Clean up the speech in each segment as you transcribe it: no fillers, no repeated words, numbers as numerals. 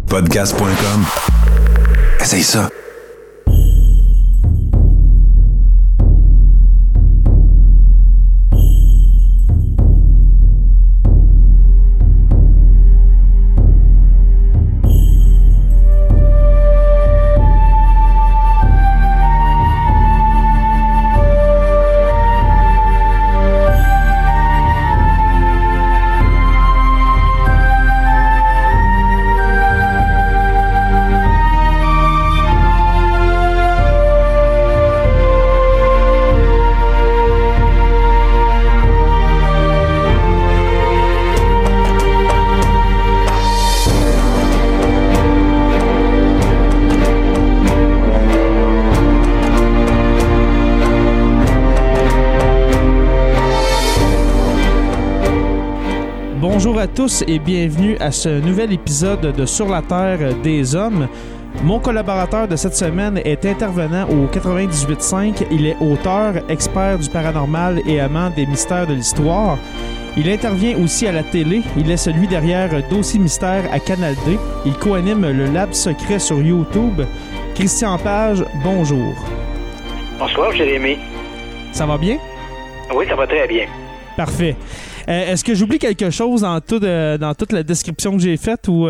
Podcast.com. Essaye ça. Bonjour à tous et bienvenue à ce nouvel épisode de Sur la Terre des Hommes. Mon collaborateur de cette semaine est intervenant au 98.5. Il est auteur, expert du paranormal et amant des mystères de l'histoire. Il intervient aussi à la télé. Il est celui derrière Dossier Mystère à Canal D. Il co-anime le Lab Secret sur YouTube. Christian Page, bonjour. Bonsoir, Jérémy. Ça va bien? Oui, ça va très bien. Parfait. Est-ce que j'oublie quelque chose dans toute la description que j'ai faite ou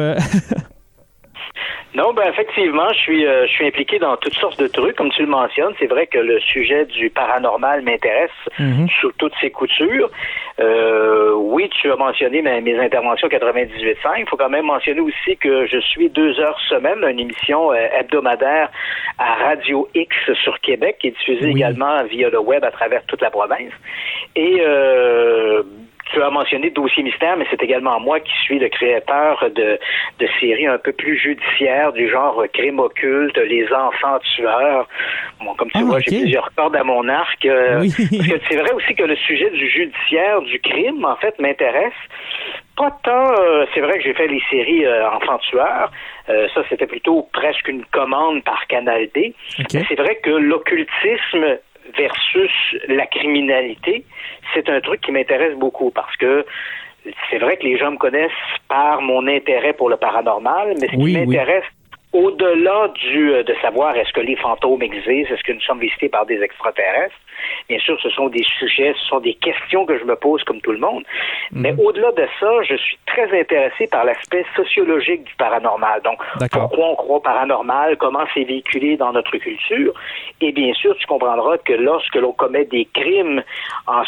Non, effectivement, je suis impliqué dans toutes sortes de trucs, comme tu le mentionnes. C'est vrai que le sujet du paranormal m'intéresse sous toutes ses coutures. Oui, tu as mentionné mes interventions 98.5. Il faut quand même mentionner aussi que je suis 2 heures semaine, une émission hebdomadaire à Radio X sur Québec, qui est diffusée également via le web à travers toute la province. Et tu as mentionné Dossier Mystère, mais c'est également moi qui suis le créateur de séries un peu plus judiciaires, du genre crime occulte, les enfants tueurs. Bon, comme tu vois, j'ai plusieurs cordes à mon arc. Parce que c'est vrai aussi que le sujet du judiciaire, du crime, en fait, m'intéresse. Pas tant, c'est vrai que j'ai fait les séries enfants tueurs. Ça, c'était plutôt presque une commande par Canal D. Okay. C'est vrai que l'occultisme versus la criminalité, c'est un truc qui m'intéresse beaucoup parce que c'est vrai que les gens me connaissent par mon intérêt pour le paranormal, mais ce qui m'intéresse au-delà de savoir est-ce que les fantômes existent, est-ce que nous sommes visités par des extraterrestres, bien sûr, ce sont des sujets, ce sont des questions que je me pose comme tout le monde. Mais au-delà de ça, je suis très intéressé par l'aspect sociologique du paranormal. Donc, pourquoi on croit au paranormal, comment c'est véhiculé dans notre culture. Et bien sûr, tu comprendras que lorsque l'on commet des crimes en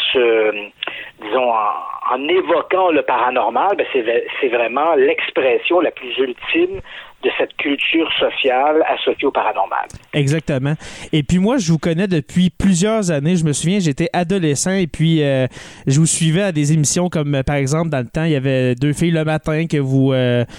évoquant le paranormal, c'est vraiment l'expression la plus ultime de cette culture sociale associée au paranormal. Exactement. Et puis moi, je vous connais depuis plusieurs années. Je me souviens, j'étais adolescent et puis je vous suivais à des émissions comme, par exemple, dans le temps, il y avait Deux filles le matin que vous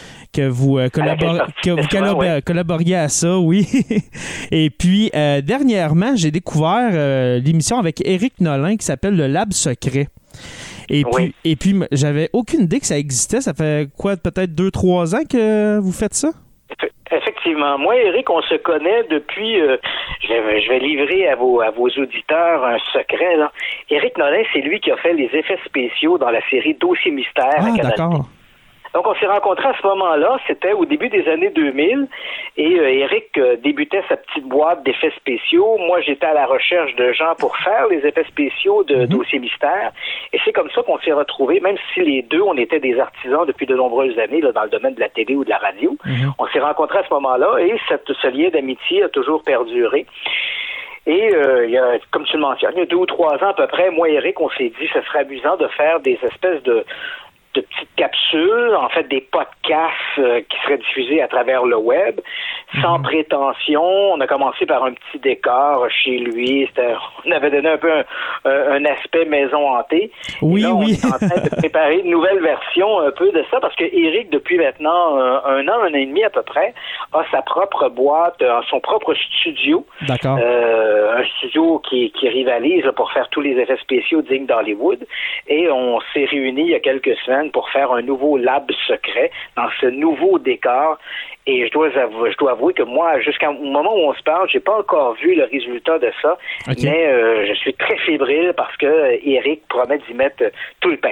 collaboriez à ça, oui. Et puis, dernièrement, j'ai découvert l'émission avec Éric Nolin qui s'appelle Le Lab Secret. Et puis, j'avais aucune idée que ça existait. Ça fait quoi, peut-être 2-3 ans que vous faites ça? Effectivement. Moi, Éric, on se connaît depuis... je vais livrer à vos auditeurs un secret, là. Éric Nolin, c'est lui qui a fait les effets spéciaux dans la série Dossier Mystère à Canal D. D'accord. Donc, on s'est rencontrés à ce moment-là, c'était au début des années 2000, et Éric débutait sa petite boîte d'effets spéciaux. Moi, j'étais à la recherche de gens pour faire les effets spéciaux de Dossier Mystère, et c'est comme ça qu'on s'est retrouvés, même si les deux, on était des artisans depuis de nombreuses années là, dans le domaine de la télé ou de la radio. On s'est rencontrés à ce moment-là, et ce lien d'amitié a toujours perduré. Et il y a, comme tu le mentionnes, il y a 2 ou 3 ans à peu près, moi et Éric, on s'est dit que ce serait amusant de faire des espèces de petites capsules, en fait des podcasts qui seraient diffusés à travers le web, sans prétention. On a commencé par un petit décor chez lui. On avait donné un peu un aspect maison hantée. Oui, on est en train de préparer une nouvelle version un peu de ça, parce que Éric, depuis maintenant 1 an et demi à peu près, a sa propre boîte, son propre studio. D'accord. Un studio qui rivalise là, pour faire tous les effets spéciaux dignes d'Hollywood. Et on s'est réunis il y a quelques semaines pour faire un nouveau lab secret dans ce nouveau décor. Et je dois avouer que moi, jusqu'au moment où on se parle, j'ai pas encore vu le résultat de ça. Okay. Mais je suis très fébrile parce que Éric promet d'y mettre tout le paquet.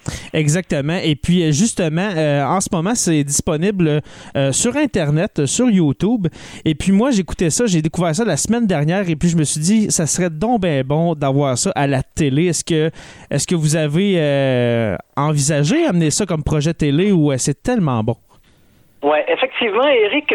Exactement. Et puis, justement, en ce moment, c'est disponible sur Internet, sur YouTube. Et puis, moi, j'écoutais ça, j'ai découvert ça la semaine dernière et puis je me suis dit, ça serait donc bien bon d'avoir ça à la télé. Est-ce que vous avez envisagé amener ça comme projet télé ou c'est tellement bon? Oui, effectivement, Éric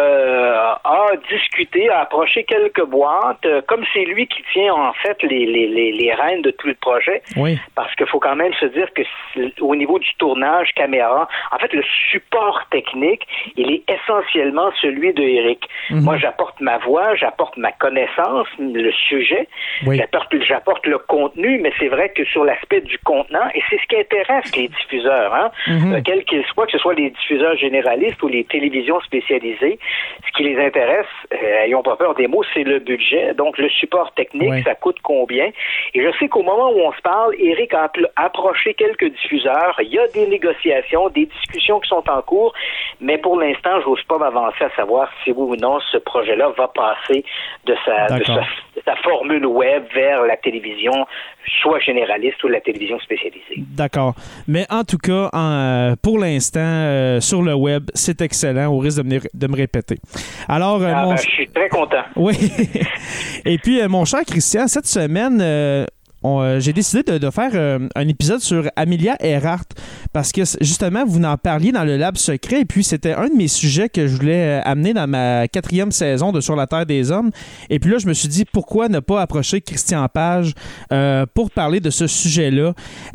a discuté, a approché quelques boîtes, comme c'est lui qui tient en fait les rênes de tout le projet. Oui. Parce qu'il faut quand même se dire que au niveau du tournage caméra, en fait, le support technique, il est essentiellement celui de Éric. Mm-hmm. Moi, j'apporte ma voix, j'apporte ma connaissance, le sujet, oui. J'apporte le contenu, mais c'est vrai que sur l'aspect du contenant, et c'est ce qui intéresse les diffuseurs, hein, quels qu'ils soient, que ce soit les diffuseurs généralistes ou les télévisions spécialisées, ce qui les intéresse, ayons pas peur des mots, c'est le budget. Donc, le support technique, oui. Ça coûte combien? Et je sais qu'au moment où on se parle, Éric a approché quelques diffuseurs. Il y a des négociations, des discussions qui sont en cours, mais pour l'instant, j'ose pas m'avancer à savoir si oui ou non ce projet-là va passer de sa formule web vers la télévision, soit généraliste ou la télévision spécialisée. D'accord. Mais en tout cas, pour l'instant, sur le web, c'est excellent, au risque de me répéter. Alors, je suis très content. Oui. Et puis, mon cher Christian, cette semaine, j'ai décidé de faire un épisode sur Amelia Earhart parce que, justement, vous en parliez dans le Lab secret et puis c'était un de mes sujets que je voulais amener dans ma 4e saison de Sur la Terre des Hommes. Et puis là, je me suis dit, pourquoi ne pas approcher Christian Page pour parler de ce sujet-là?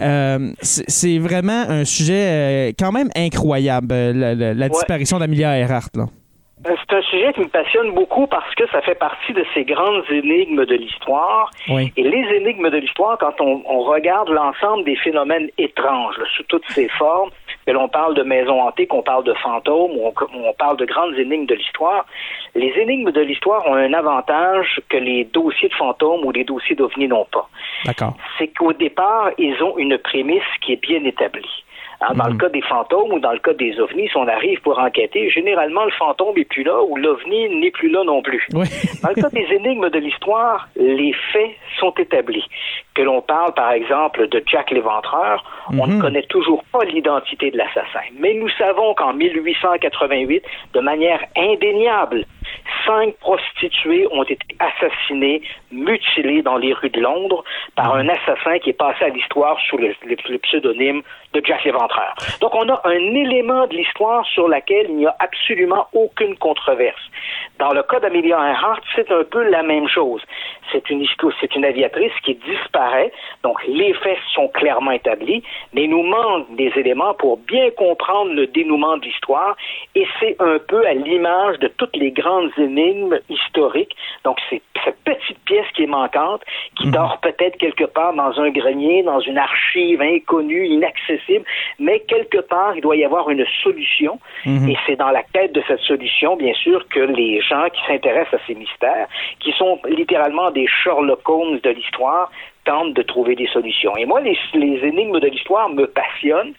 C'est vraiment un sujet quand même incroyable, la disparition d'Amelia Earhart, là. C'est un sujet qui me passionne beaucoup parce que ça fait partie de ces grandes énigmes de l'histoire. Oui. Et les énigmes de l'histoire, quand on regarde l'ensemble des phénomènes étranges, là, sous toutes ces formes, que l'on parle de maisons hantées, qu'on parle de fantômes, ou on parle de grandes énigmes de l'histoire, les énigmes de l'histoire ont un avantage que les dossiers de fantômes ou les dossiers d'ovnis n'ont pas. D'accord. C'est qu'au départ, ils ont une prémisse qui est bien établie. Hein, dans le cas des fantômes ou dans le cas des ovnis, si on arrive pour enquêter, généralement le fantôme n'est plus là ou l'ovni n'est plus là non plus. Oui. Dans le cas des énigmes de l'histoire, les faits sont établis. Que l'on parle par exemple de Jack l'Éventreur, on ne connaît toujours pas l'identité de l'assassin. Mais nous savons qu'en 1888, de manière indéniable, 5 prostituées ont été assassinées, mutilées dans les rues de Londres par un assassin qui est passé à l'histoire sous le pseudonyme de Jack l'Éventreur. Donc, on a un élément de l'histoire sur lequel il n'y a absolument aucune controverse. Dans le cas d'Amelia Earhart, c'est un peu la même chose. C'est une aviatrice qui disparaît, donc les faits sont clairement établis, mais il nous manque des éléments pour bien comprendre le dénouement de l'histoire, et c'est un peu à l'image de toutes les grandes énigmes historiques. Donc, c'est cette petite pièce qui est manquante, qui dort peut-être quelque part dans un grenier, dans une archive inconnue, inaccessible, mais quelque part, il doit y avoir une solution, et c'est dans la quête de cette solution, bien sûr, que les gens qui s'intéressent à ces mystères, qui sont littéralement des Sherlock Holmes de l'histoire, tentent de trouver des solutions. Et moi, les énigmes de l'histoire me passionnent.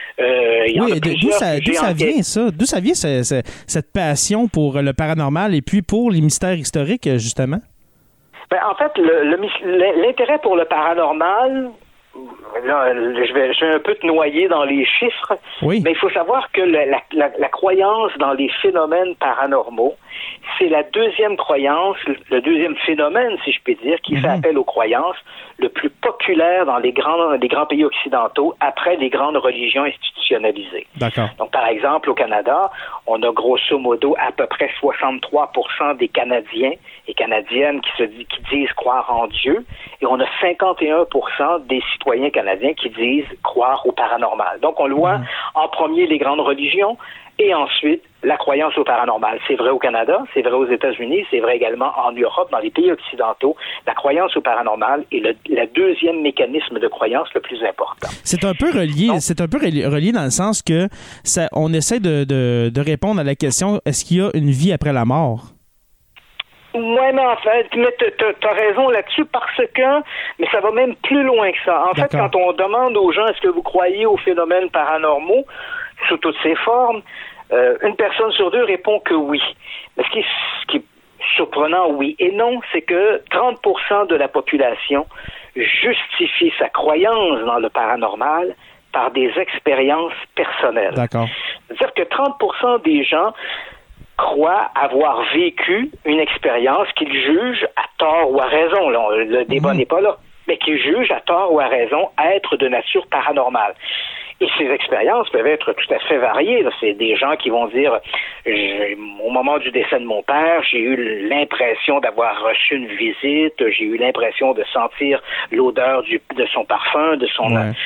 Oui, d'où ça vient, ça? D'où ça vient cette passion pour le paranormal et puis pour les mystères historiques, justement? Ben, en fait, l'intérêt pour le paranormal, là, je vais un peu te noyer dans les chiffres, oui. Mais il faut savoir que la croyance dans les phénomènes paranormaux, c'est la deuxième croyance, le deuxième phénomène, si je puis dire, qui fait appel aux croyances le plus populaire dans les grands pays occidentaux après les grandes religions institutionnalisées. D'accord. Donc, par exemple, au Canada, on a grosso modo à peu près 63% des Canadiens et Canadiennes qui disent croire en Dieu, et on a 51% des citoyens canadiens qui disent croire au paranormal. Donc, on voit en premier les grandes religions, et ensuite, la croyance au paranormal. C'est vrai au Canada, c'est vrai aux États-Unis, c'est vrai également en Europe, dans les pays occidentaux. La croyance au paranormal est le deuxième mécanisme de croyance le plus important. C'est un peu relié, relié dans le sens que on essaie de répondre à la question, est-ce qu'il y a une vie après la mort? Oui, mais en fait, t'as raison là-dessus mais ça va même plus loin que ça. En fait, quand on demande aux gens, est-ce que vous croyez aux phénomènes paranormaux, sous toutes ces formes, une personne sur 2 répond que oui. Mais ce qui est surprenant, oui et non, c'est que 30% de la population justifie sa croyance dans le paranormal par des expériences personnelles. D'accord. C'est-à-dire que 30% des gens croient avoir vécu une expérience qu'ils jugent à tort ou à raison. Là, le débat n'est pas là, mais qu'ils jugent à tort ou à raison être de nature paranormale. Et ces expériences peuvent être tout à fait variées. Là. C'est des gens qui vont dire, au moment du décès de mon père, j'ai eu l'impression d'avoir reçu une visite, j'ai eu l'impression de sentir l'odeur de son parfum, de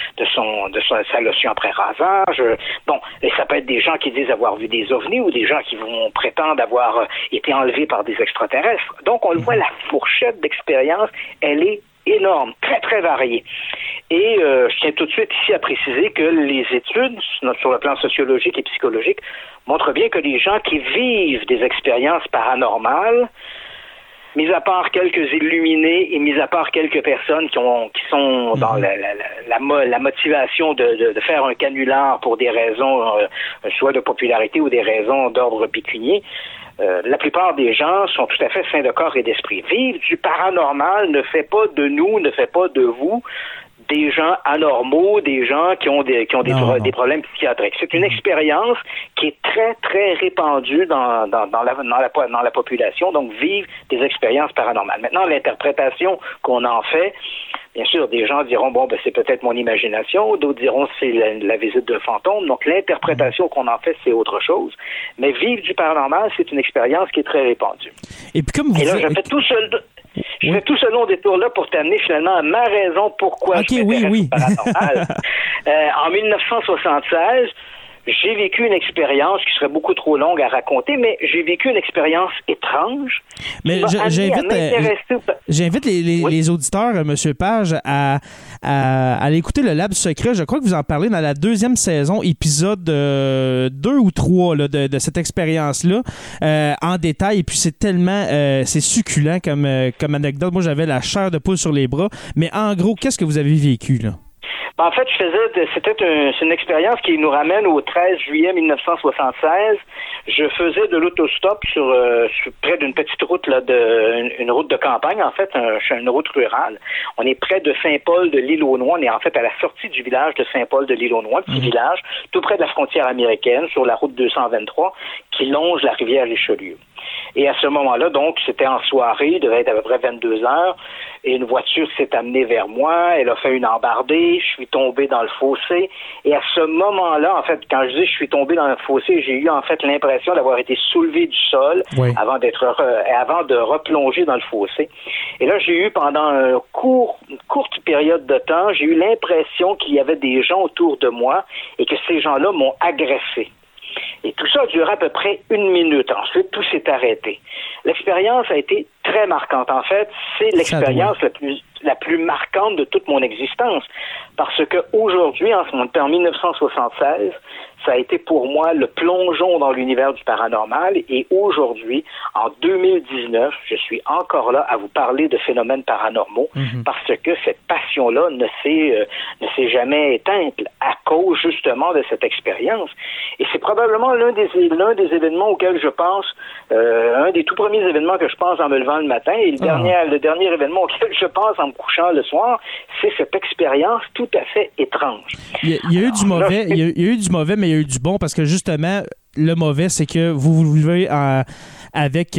sa lotion après rasage. Bon, et ça peut être des gens qui disent avoir vu des ovnis ou des gens qui vont prétendre avoir été enlevés par des extraterrestres. Donc, on le voit, la fourchette d'expérience, elle est énorme, très, très variée. Et je tiens tout de suite ici à préciser que les études sur le plan sociologique et psychologique montrent bien que les gens qui vivent des expériences paranormales, mis à part quelques illuminés et mis à part quelques personnes qui sont dans la motivation de faire un canular pour des raisons soit de popularité ou des raisons d'ordre pécunier, la plupart des gens sont tout à fait sains de corps et d'esprit. Vivre du paranormal ne fait pas de nous, ne fait pas de vous des gens anormaux, des gens qui ont des problèmes psychiatriques. C'est une expérience qui est très, très répandue dans la population, donc vivre des expériences paranormales. Maintenant, l'interprétation qu'on en fait, bien sûr, des gens diront, bon, ben c'est peut-être mon imagination, d'autres diront c'est la visite d'un fantôme, donc l'interprétation qu'on en fait, c'est autre chose. Mais vivre du paranormal, c'est une expérience qui est très répandue. Et puis comme vous je fais tout ce long détour-là pour t'amener finalement à ma raison pourquoi je m'intéresse au paranormal. En 1976, j'ai vécu une expérience qui serait beaucoup trop longue à raconter, mais j'ai vécu une expérience étrange. Mais j'invite les auditeurs, M. Page, à aller écouter le Lab secret. Je crois que vous en parlez dans la 2e saison, épisode 2 ou 3 là, de cette expérience-là, en détail. Et puis c'est tellement c'est succulent comme anecdote. Moi, j'avais la chair de poule sur les bras. Mais en gros, qu'est-ce que vous avez vécu là? En fait, c'est une expérience qui nous ramène au 13 juillet 1976. Je faisais de l'autostop sur près d'une petite route là, une route de campagne, en fait, une route rurale. On est près de Saint-Paul de l'Île-aux-Noix. On est en fait à la sortie du village de Saint-Paul de l'Île-aux-Noix, petit village, tout près de la frontière américaine, sur la route 223, qui longe la rivière Richelieu. Et à ce moment-là, donc, c'était en soirée, il devait être à peu près 22 heures, et une voiture s'est amenée vers moi, elle a fait une embardée, je suis tombé dans le fossé, et à ce moment-là, en fait, quand je dis je suis tombé dans le fossé, j'ai eu en fait l'impression d'avoir été soulevé du sol avant de replonger dans le fossé. Et là, j'ai eu pendant une courte période de temps, j'ai eu l'impression qu'il y avait des gens autour de moi et que ces gens-là m'ont agressé. Et tout ça a duré à peu près 1 minute. Ensuite, tout s'est arrêté. L'expérience a été très marquante. En fait, c'est l'expérience la plus marquante de toute mon existence. Parce que aujourd'hui, en 1976, ça a été pour moi le plongeon dans l'univers du paranormal. Et aujourd'hui, en 2019, je suis encore là à vous parler de phénomènes paranormaux parce que cette passion-là ne s'est jamais éteinte à cause justement de cette expérience. Et c'est probablement l'un des événements auxquels je pense, un des tout premiers événements que je pense en me levant le matin, et le dernier événement auquel je pense en me couchant le soir, c'est cette expérience tout à fait étrange. Il y a eu du mauvais, il y a eu du mauvais, mais il y a eu du bon, parce que justement, le mauvais, c'est que vous vivez avec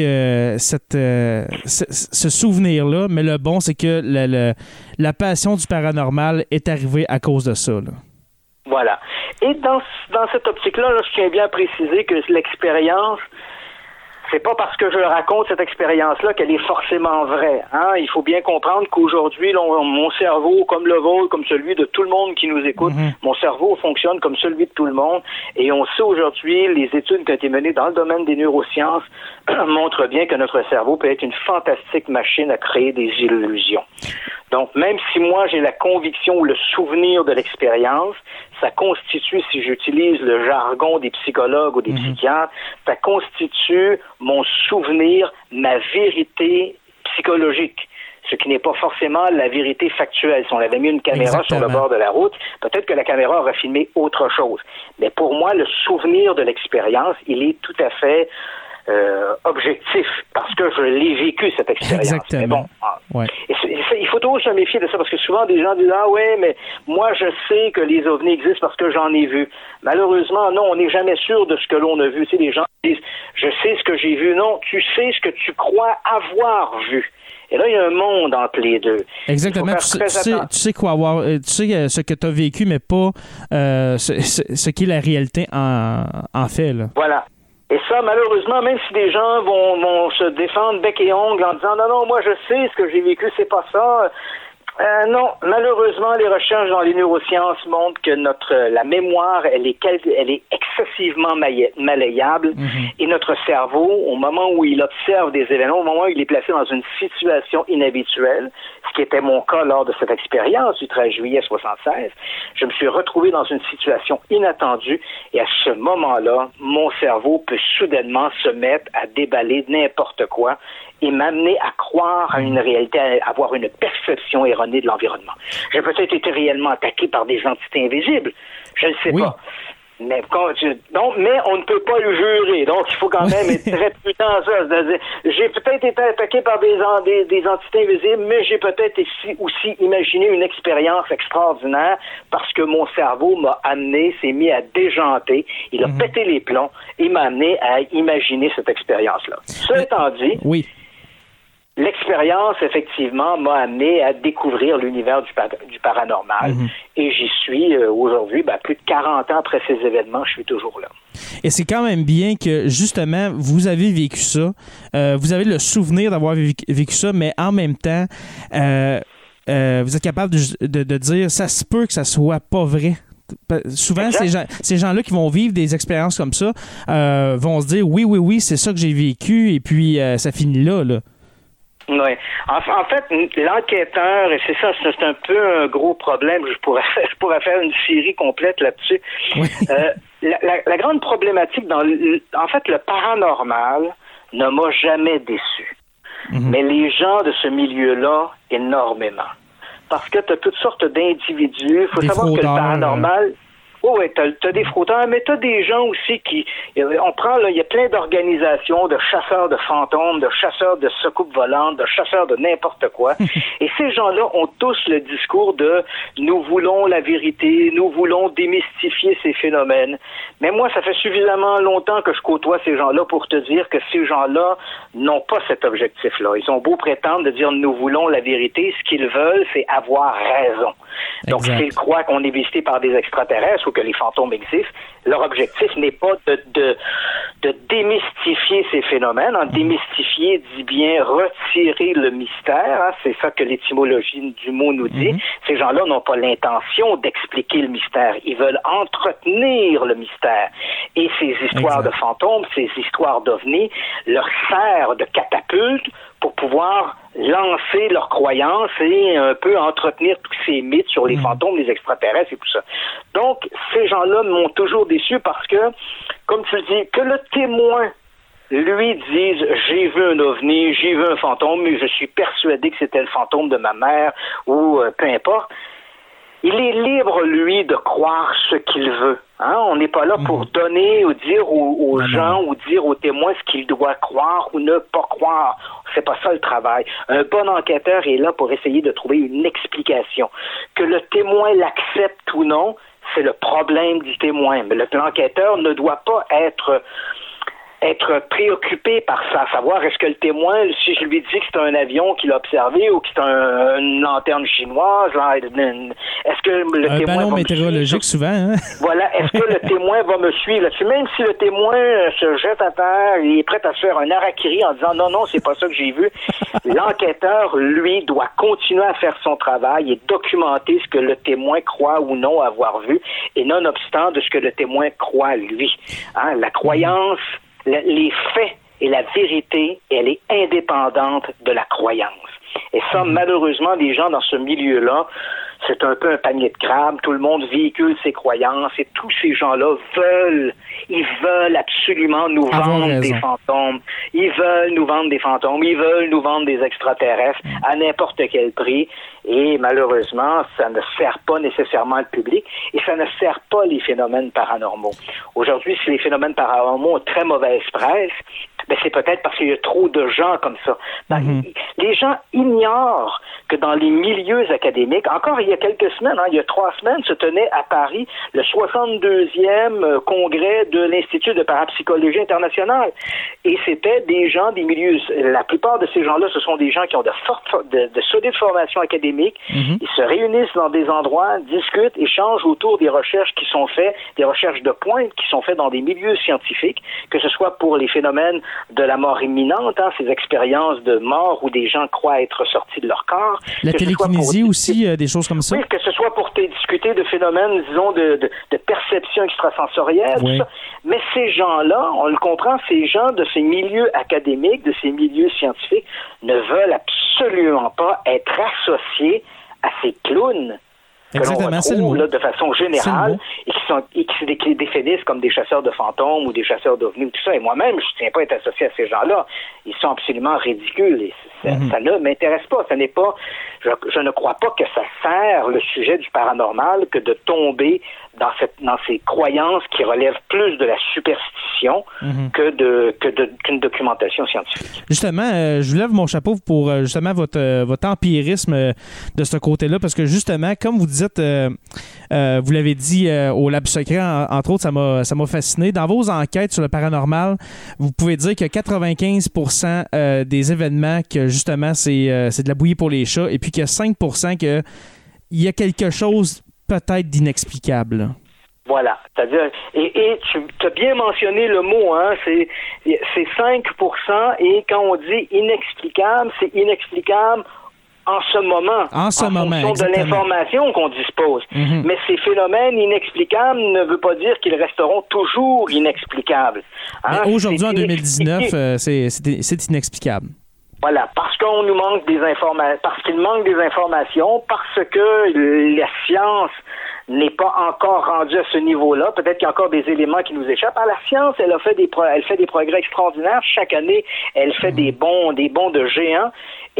ce souvenir-là, mais le bon, c'est que la passion du paranormal est arrivée à cause de ça, là. Voilà. Et dans cette optique-là, je tiens bien à préciser que l'expérience, c'est pas parce que je raconte cette expérience-là qu'elle est forcément vraie. Hein? Il faut bien comprendre qu'aujourd'hui, mon cerveau, comme le vôtre, comme celui de tout le monde qui nous écoute, mon cerveau fonctionne comme celui de tout le monde. Et on sait aujourd'hui, les études qui ont été menées dans le domaine des neurosciences montrent bien que notre cerveau peut être une fantastique machine à créer des illusions. Donc, même si moi, j'ai la conviction ou le souvenir de l'expérience, ça constitue, si j'utilise le jargon des psychologues ou des psychiatres, ça constitue mon souvenir, ma vérité psychologique, ce qui n'est pas forcément la vérité factuelle. Si on avait mis une caméra sur le bord de la route, peut-être que la caméra aurait filmé autre chose. Mais pour moi, le souvenir de l'expérience, il est tout à fait objectif, parce que je l'ai vécu, cette expérience. Exactement. Mais bon, il faut toujours se méfier de ça, parce que souvent des gens disent « Ah ouais, mais moi je sais que les ovnis existent parce que j'en ai vu. » Malheureusement, non, on n'est jamais sûr de ce que l'on a vu. Tu sais, les gens disent « Je sais ce que j'ai vu. » Non, tu sais ce que tu crois avoir vu. Et là, il y a un monde entre les deux. Exactement. Tu sais quoi avoir, tu sais ce que tu as vécu, mais pas ce qui est la réalité en fait. Là. Voilà. Et ça, malheureusement, même si des gens vont se défendre bec et ongle en disant non, moi je sais ce que j'ai vécu, c'est pas ça. Non, malheureusement, les recherches dans les neurosciences montrent que la mémoire, elle est excessivement malléable, et notre cerveau, au moment où il observe des événements, au moment où il est placé dans une situation inhabituelle, ce qui était mon cas lors de cette expérience du 13 juillet 76, je me suis retrouvé dans une situation inattendue, et à ce moment-là, mon cerveau peut soudainement se mettre à déballer n'importe quoi et m'amener à croire à une réalité, à avoir une perception erronée de l'environnement. J'ai peut-être été réellement attaqué par des entités invisibles, je ne sais pas. Mais on ne peut pas le jurer, donc il faut quand même être très prudent à ça. J'ai peut-être été attaqué par des entités invisibles, mais j'ai peut-être aussi imaginé une expérience extraordinaire parce que mon cerveau s'est mis à déjanter, il a pété les plombs et m'a amené à imaginer cette expérience-là. Cela étant dit, l'expérience, effectivement, m'a amené à découvrir l'univers du paranormal. Et j'y suis aujourd'hui, plus de 40 ans après ces événements, je suis toujours là. Et c'est quand même bien que, justement, vous avez vécu ça. Vous avez le souvenir d'avoir vécu ça, mais en même temps, vous êtes capable de dire, ça se peut que ça soit pas vrai. Souvent, ces gens-là qui vont vivre des expériences comme ça vont se dire, oui, c'est ça que j'ai vécu, et puis ça finit là. Oui. En fait, l'enquêteur, et c'est ça, c'est un peu un gros problème, je pourrais faire une série complète là-dessus. Oui. La grande problématique en fait, le paranormal ne m'a jamais déçu. Mais les gens de ce milieu-là, énormément. Parce que tu as toutes sortes d'individus. Il faut savoir que le paranormal... Oui, t'as des fraudeurs, mais t'as des gens aussi il y a plein d'organisations de chasseurs de fantômes, de chasseurs de soucoupes volantes, de chasseurs de n'importe quoi. Et ces gens-là ont tous le discours de nous voulons la vérité, nous voulons démystifier ces phénomènes. Mais moi, ça fait suffisamment longtemps que je côtoie ces gens-là pour te dire que ces gens-là n'ont pas cet objectif-là. Ils ont beau prétendre de dire nous voulons la vérité, ce qu'ils veulent, c'est avoir raison. Donc, s'ils croient qu'on est visité par des extraterrestres ou que les fantômes existent, leur objectif n'est pas de démystifier ces phénomènes. Démystifier dit bien retirer le mystère. C'est ça que l'étymologie du mot nous dit. Ces gens-là n'ont pas l'intention d'expliquer le mystère. Ils veulent entretenir le mystère. Et ces histoires de fantômes, ces histoires d'ovnis, leur servent de catapulte pour pouvoir lancer leurs croyances et un peu entretenir tous ces mythes sur les fantômes, les extraterrestres et tout ça. Donc, ces gens-là m'ont toujours déçu parce que, comme tu le dis, que le témoin, lui, dise « j'ai vu un ovni, j'ai vu un fantôme, mais je suis persuadé que c'était le fantôme de ma mère » ou peu importe. Il est libre, lui, de croire ce qu'il veut. On n'est pas là pour donner ou dire aux gens ou dire aux témoins ce qu'il doit croire ou ne pas croire. C'est pas ça le travail. Un bon enquêteur est là pour essayer de trouver une explication. Que le témoin l'accepte ou non, c'est le problème du témoin. Mais l'enquêteur ne doit pas être préoccupé par ça, savoir est-ce que le témoin, si je lui dis que c'est un avion qu'il a observé ou que c'est une lanterne chinoise, est-ce que le témoin ballon météorologique souvent, Voilà, est-ce que le témoin va me suivre là-dessus? Même si le témoin se jette à terre, il est prêt à se faire un harakiri en disant non, c'est pas ça que j'ai vu. L'enquêteur, lui, doit continuer à faire son travail et documenter ce que le témoin croit ou non avoir vu, et nonobstant de ce que le témoin croit lui. La croyance, les faits et la vérité, elle est indépendante de la croyance. Et ça, malheureusement, les gens dans ce milieu-là, c'est un peu un panier de crabes. Tout le monde véhicule ses croyances et tous ces gens-là veulent absolument nous vendre des fantômes. Ils veulent nous vendre des fantômes. Ils veulent nous vendre des extraterrestres à n'importe quel prix. Et malheureusement, ça ne sert pas nécessairement le public et ça ne sert pas les phénomènes paranormaux. Aujourd'hui, si les phénomènes paranormaux ont très mauvaise presse, Ben, c'est peut-être parce qu'il y a trop de gens comme ça. Les gens ignorent que dans les milieux académiques, encore il y a quelques semaines, il y a 3 semaines, se tenait à Paris le 62e congrès de l'Institut de parapsychologie internationale. Et c'était des gens des milieux, la plupart de ces gens-là, ce sont des gens qui ont de solides formations académiques. Ils se réunissent dans des endroits, discutent, échangent autour des recherches qui sont faites, des recherches de pointe qui sont faites dans des milieux scientifiques, que ce soit pour les phénomènes de la mort imminente, ces expériences de mort où des gens croient être sortis de leur corps. La télékinésie aussi, des choses comme ça. Oui, que ce soit pour discuter de phénomènes, disons, de perception extrasensorielle, tout ça. Mais ces gens-là, on le comprend, ces gens de ces milieux académiques, de ces milieux scientifiques, ne veulent absolument pas être associés à ces clowns que l'on retrouve là, de façon générale et qui se définissent comme des chasseurs de fantômes ou des chasseurs d'ovnis, tout ça. Et moi-même, je ne tiens pas à être associé à ces gens-là. Ils sont absolument ridicules et ça ne m'intéresse pas. Ce n'est pas, je ne crois pas que ça sert le sujet du paranormal que de tomber dans ces croyances qui relèvent plus de la superstition qu'une documentation scientifique. Justement, je vous lève mon chapeau pour justement votre empirisme de ce côté-là, parce que justement, comme vous dites, vous l'avez dit au Lab Secret, entre autres, ça m'a fasciné. Dans vos enquêtes sur le paranormal, vous pouvez dire que 95% des événements que justement c'est de la bouillie pour les chats, et puis qu'il y a 5% qu'il y a quelque chose peut-être d'inexplicable. Voilà. C'est-à-dire, et tu as bien mentionné le mot, c'est 5%, et quand on dit inexplicable, c'est inexplicable en ce moment, en fonction de l'information qu'on dispose. Mais ces phénomènes inexplicables ne veut pas dire qu'ils resteront toujours inexplicables. Mais aujourd'hui, en 2019, c'est inexplicable. Voilà, parce qu'on nous manque des informations, parce qu'il manque des informations, parce que la science n'est pas encore rendue à ce niveau-là. Peut-être qu'il y a encore des éléments qui nous échappent. La science, elle fait des progrès extraordinaires. Chaque année, elle fait des bonds de géants.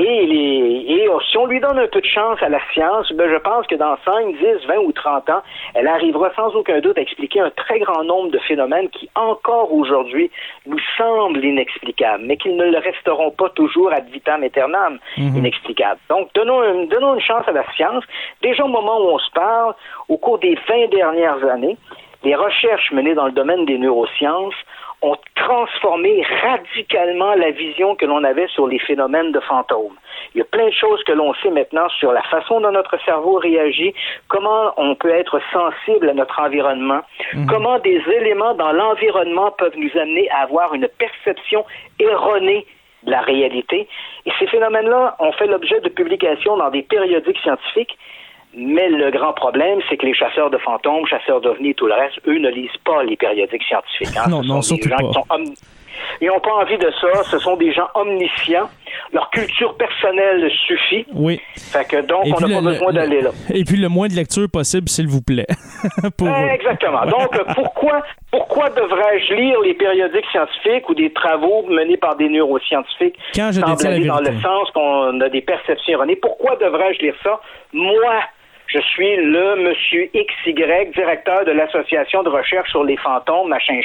Et si on lui donne un peu de chance à la science, je pense que dans 5, 10, 20 ou 30 ans, elle arrivera sans aucun doute à expliquer un très grand nombre de phénomènes qui, encore aujourd'hui, nous semblent inexplicables, mais qui ne le resteront pas toujours ad vitam aeternam inexplicables. Donc, donnons une chance à la science. Déjà, au moment où on se parle, au cours des 20 dernières années, les recherches menées dans le domaine des neurosciences ont transformé radicalement la vision que l'on avait sur les phénomènes de fantômes. Il y a plein de choses que l'on sait maintenant sur la façon dont notre cerveau réagit, comment on peut être sensible à notre environnement, comment des éléments dans l'environnement peuvent nous amener à avoir une perception erronée de la réalité. Et ces phénomènes-là ont fait l'objet de publications dans des périodiques scientifiques. Mais le grand problème, c'est que les chasseurs de fantômes, chasseurs d'ovnis et tout le reste, eux ne lisent pas les périodiques scientifiques. Non, surtout pas. Ils n'ont pas envie de ça. Ce sont des gens omniscients. Leur culture personnelle suffit. Oui. Fait que donc, on n'a pas besoin d'aller là. Et puis, le moins de lecture possible, s'il vous plaît. Exactement. Donc, pourquoi devrais-je lire les périodiques scientifiques ou des travaux menés par des neuroscientifiques quand je détiens la vérité, dans le sens qu'on a des perceptions erronées? Pourquoi devrais-je lire ça? Moi, je suis le monsieur XY, directeur de l'association de recherche sur les fantômes, machin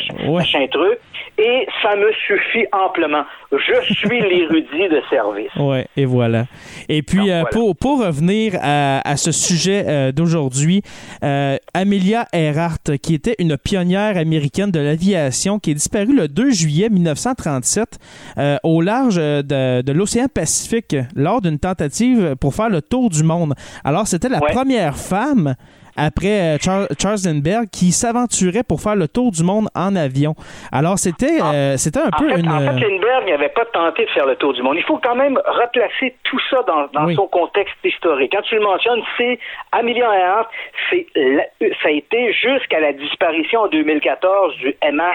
truc, et ça me suffit amplement. Je suis l'érudit de service. Oui, et voilà. Et puis, voilà. Pour revenir à ce sujet d'aujourd'hui, Amelia Earhart, qui était une pionnière américaine de l'aviation, qui est disparue le 2 juillet 1937 au large de l'océan Pacifique lors d'une tentative pour faire le tour du monde. Alors, c'était la première femme après Charles Lindbergh qui s'aventurait pour faire le tour du monde en avion. Alors, c'était un peu une... En fait, Lindbergh n'avait pas tenté de faire le tour du monde. Il faut quand même replacer tout ça dans son contexte historique. Quand tu le mentionnes, c'est Amelia Earhart, ça a été jusqu'à la disparition en 2014 du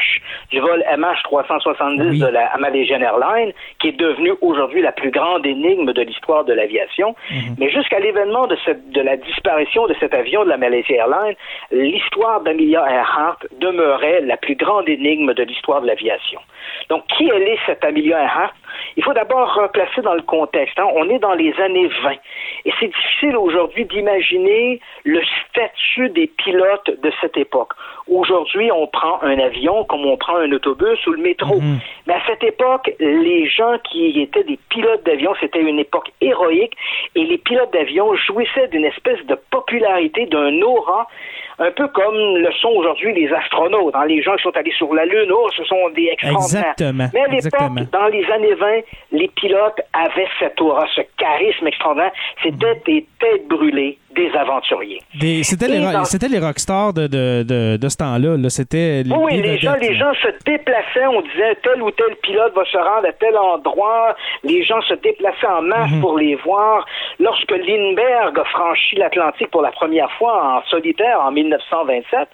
vol MH370 de la Malaysian Airlines, qui est devenu aujourd'hui la plus grande énigme de l'histoire de l'aviation. Mais jusqu'à l'événement de la disparition de cet avion de la Malaysian Airlines, l'histoire d'Amelia Earhart demeurait la plus grande énigme de l'histoire de l'aviation. Donc, qui elle est, cette Amelia Earhart? Il faut d'abord replacer dans le contexte. On est dans les années 20. Et c'est difficile aujourd'hui d'imaginer le statut des pilotes de cette époque. Aujourd'hui, on prend un avion comme on prend un autobus ou le métro. Mais à cette époque, les gens qui étaient des pilotes d'avion, c'était une époque héroïque et les pilotes d'avion jouissaient d'une espèce de popularité, d'un aura, un peu comme le sont aujourd'hui les astronautes. Hein. Les gens qui sont allés sur la Lune, ce sont des extraordinaires. Exactement. Mais à l'époque, dans les années 20, les pilotes avaient cette aura, ce charisme extraordinaire. C'était des têtes brûlées, des aventuriers. C'était les rockstars de ce temps-là. Là. C'était les gens se déplaçaient. On disait tel ou tel pilote va se rendre à tel endroit. Les gens se déplaçaient en masse pour les voir. Lorsque Lindbergh a franchi l'Atlantique pour la première fois en solitaire en 1927,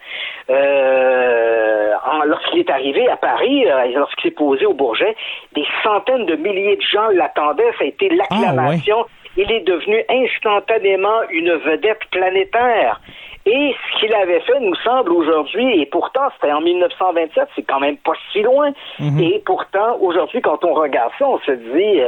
lorsqu'il est arrivé à Paris, lorsqu'il s'est posé au Bourget, des centaines de milliers de gens l'attendaient. Ça a été l'acclamation. Ah, ouais. Il est devenu instantanément une vedette planétaire. Et ce qu'il avait fait nous semble aujourd'hui, et pourtant c'était en 1927, c'est quand même pas si loin, et pourtant aujourd'hui quand on regarde ça, on se dit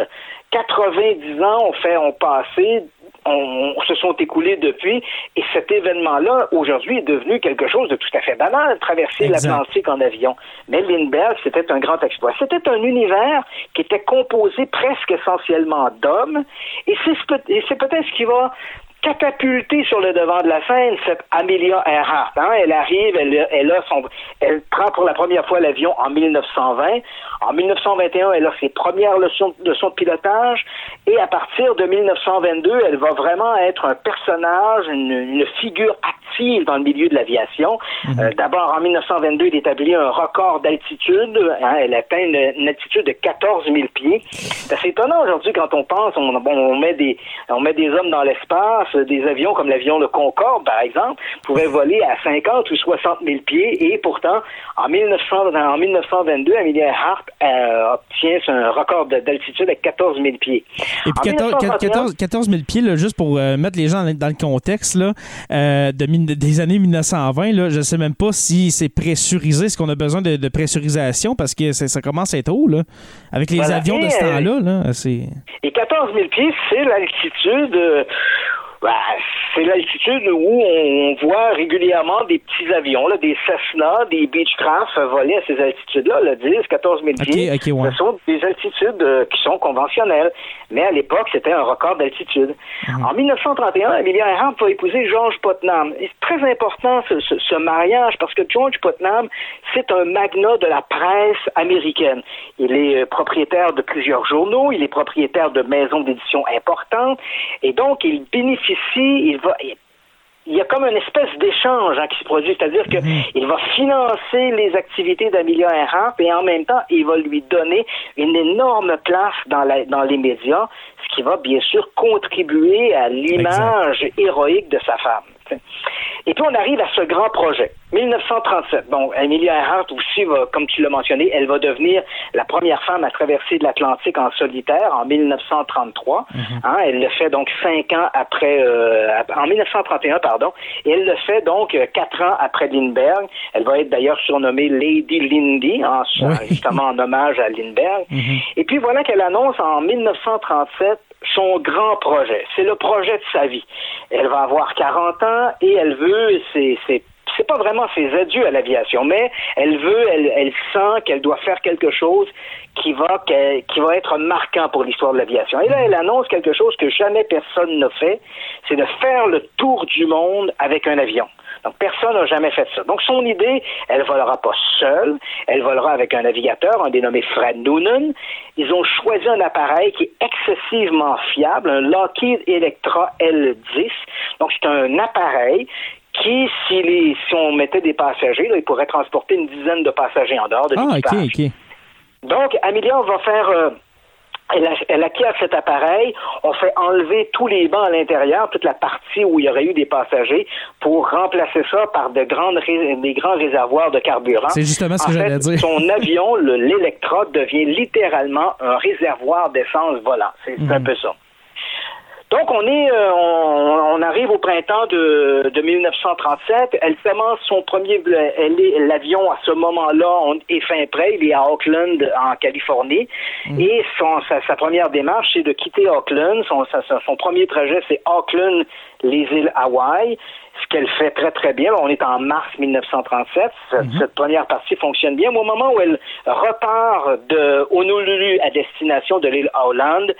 90 ans ont passé, se sont écoulés depuis, et cet événement-là, aujourd'hui, est devenu quelque chose de tout à fait banal, traverser l'Atlantique en avion. Mais Lindbergh, c'était un grand exploit. C'était un univers qui était composé presque essentiellement d'hommes, et c'est peut-être ce qui va catapultée sur le devant de la scène, cette Amelia Earhart. Hein? Elle arrive, elle prend pour la première fois l'avion en 1920. En 1921, elle a ses premières leçons de pilotage. Et à partir de 1922, elle va vraiment être un personnage, une figure active dans le milieu de l'aviation. D'abord, en 1922, elle établit un record d'altitude. Hein? Elle atteint une altitude de 14 000 pieds. C'est assez étonnant aujourd'hui quand on pense, on met des hommes dans l'espace. Des avions comme l'avion le Concorde, par exemple, pouvaient voler à 50 ou 60 000 pieds et pourtant, en 1922, Amelia Earhart obtient un record d'altitude à 14 000 pieds. Et puis 14 000 pieds, là, juste pour mettre les gens dans le contexte là, des années 1920, là, je ne sais même pas si c'est pressurisé, est-ce qu'on a besoin de pressurisation parce que ça commence à être haut, là, avec les avions de ce temps-là. Là, et 14 000 pieds, c'est l'altitude... c'est l'altitude où on voit régulièrement des petits avions, là, des Cessna, des Beechcraft voler à ces altitudes-là, là, 10, 14 000 pieds. Ce sont des altitudes qui sont conventionnelles. Mais à l'époque, c'était un record d'altitude. En 1931, Amelia Earhart va épouser George Putnam. Et c'est très important ce mariage parce que George Putnam, c'est un magnat de la presse américaine. Il est propriétaire de plusieurs journaux, il est propriétaire de maisons d'édition importantes et donc il bénéficie, il y a comme une espèce d'échange qui se produit, c'est-à-dire qu'il va financer les activités d'Amelia Earhart et en même temps, il va lui donner une énorme place dans les médias, ce qui va bien sûr contribuer à l'image héroïque de sa femme. Et puis on arrive à ce grand projet. 1937. Bon, Amelia Earhart aussi va, comme tu l'as mentionné, elle va devenir la première femme à traverser l'Atlantique en solitaire en 1933. Elle le fait donc 5 ans après, en 1931, pardon, et elle le fait donc 4 ans après Lindbergh. Elle va être d'ailleurs surnommée Lady Lindy, justement en hommage à Lindbergh. Et puis voilà qu'elle annonce en 1937 son grand projet. C'est le projet de sa vie. Elle va avoir 40 ans et elle veut, c'est pas vraiment ses adieux à l'aviation, mais elle sent qu'elle doit faire quelque chose qui va être marquant pour l'histoire de l'aviation. Et là, elle annonce quelque chose que jamais personne n'a fait, c'est de faire le tour du monde avec un avion. Donc, personne n'a jamais fait ça. Donc, son idée, elle volera pas seule, elle volera avec un navigateur, un dénommé Fred Noonan. Ils ont choisi un appareil qui est excessivement fiable, un Lockheed Electra L10. Donc, c'est un appareil qui, si on mettait des passagers, là, il pourrait transporter une dizaine de passagers en dehors de l'équipage. OK. Donc, Amelia va faire... Elle acquiert cet appareil, on fait enlever tous les bancs à l'intérieur, toute la partie où il y aurait eu des passagers, pour remplacer ça par des grands réservoirs de carburant. C'est justement ce que j'allais dire. Son avion, l'Electra, devient littéralement un réservoir d'essence volant. C'est un peu ça. Donc, on arrive au printemps de 1937. Elle commence son premier, l'avion à ce moment-là est fin prêt. Il est à Oakland, en Californie. Et sa première démarche, c'est de quitter Oakland. Son premier trajet, c'est Auckland, les îles Hawaï. Ce qu'elle fait très, très bien. On est en mars 1937. Cette première partie fonctionne bien. Au moment où elle repart de Honolulu à destination de l'île Howland,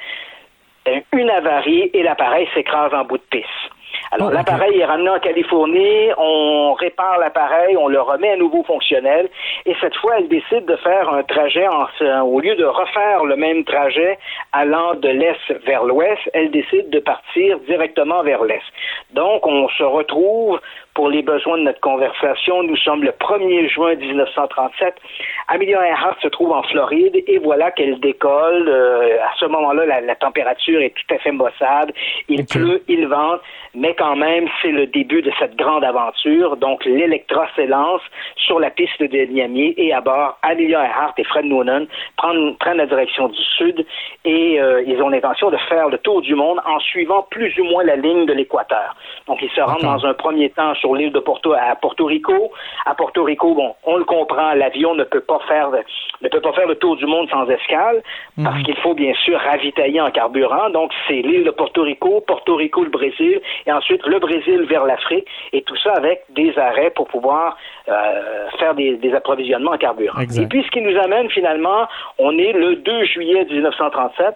une avarie et l'appareil s'écrase en bout de piste. Alors, l'appareil est ramené en Californie, on répare l'appareil, on le remet à nouveau fonctionnel, et cette fois, elle décide de faire un trajet, au lieu de refaire le même trajet allant de l'est vers l'ouest, elle décide de partir directement vers l'est. Donc, on se retrouve, pour les besoins de notre conversation, nous sommes le 1er juin 1937. Amelia Earhart se trouve en Floride, et voilà qu'elle décolle. À ce moment-là, la température est tout à fait maussade. Il pleut, il vente, mais quand même, c'est le début de cette grande aventure. Donc, l'Electra s'élance sur la piste de Miami, et à bord, Amelia Earhart et Fred Noonan prennent la direction du sud, et ils ont l'intention de faire le tour du monde en suivant plus ou moins la ligne de l'équateur. Donc, ils se rendent dans un premier temps sur l'île de Porto Rico. À Porto Rico, bon, on le comprend, l'avion ne peut pas faire le tour du monde sans escale, parce qu'il faut bien sûr ravitailler en carburant. Donc, c'est l'île de Porto Rico, le Brésil, et ensuite le Brésil vers l'Afrique, et tout ça avec des arrêts pour pouvoir faire des approvisionnements en carburant. Exact. Et puis, ce qui nous amène finalement, on est le 2 juillet 1937.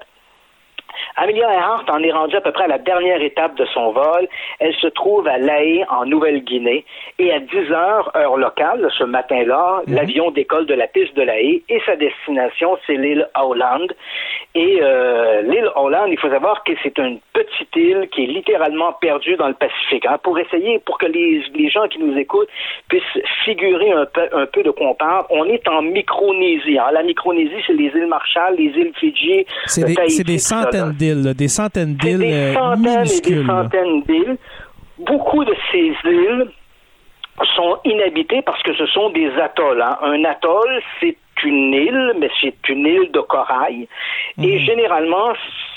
Amelia Earhart en est rendue à peu près à la dernière étape de son vol. Elle se trouve à Lae, en Nouvelle-Guinée, et à 10 heures, heure locale, ce matin-là, l'avion décolle de la piste de Lae, et sa destination, c'est l'île Howland. Et l'île Howland, il faut savoir que c'est une petite île qui est littéralement perdue dans le Pacifique. Pour que les gens qui nous écoutent puissent figurer un peu de quoi on parle, on est en Micronésie. La Micronésie, c'est les îles Marshall, les îles Fidji, Tahiti, c'est des centaines d'îles, des centaines d'îles minuscules. Des centaines d'îles. Beaucoup de ces îles sont inhabitées parce que ce sont des atolls. Un atoll, c'est une île, mais c'est une île de corail. Et généralement,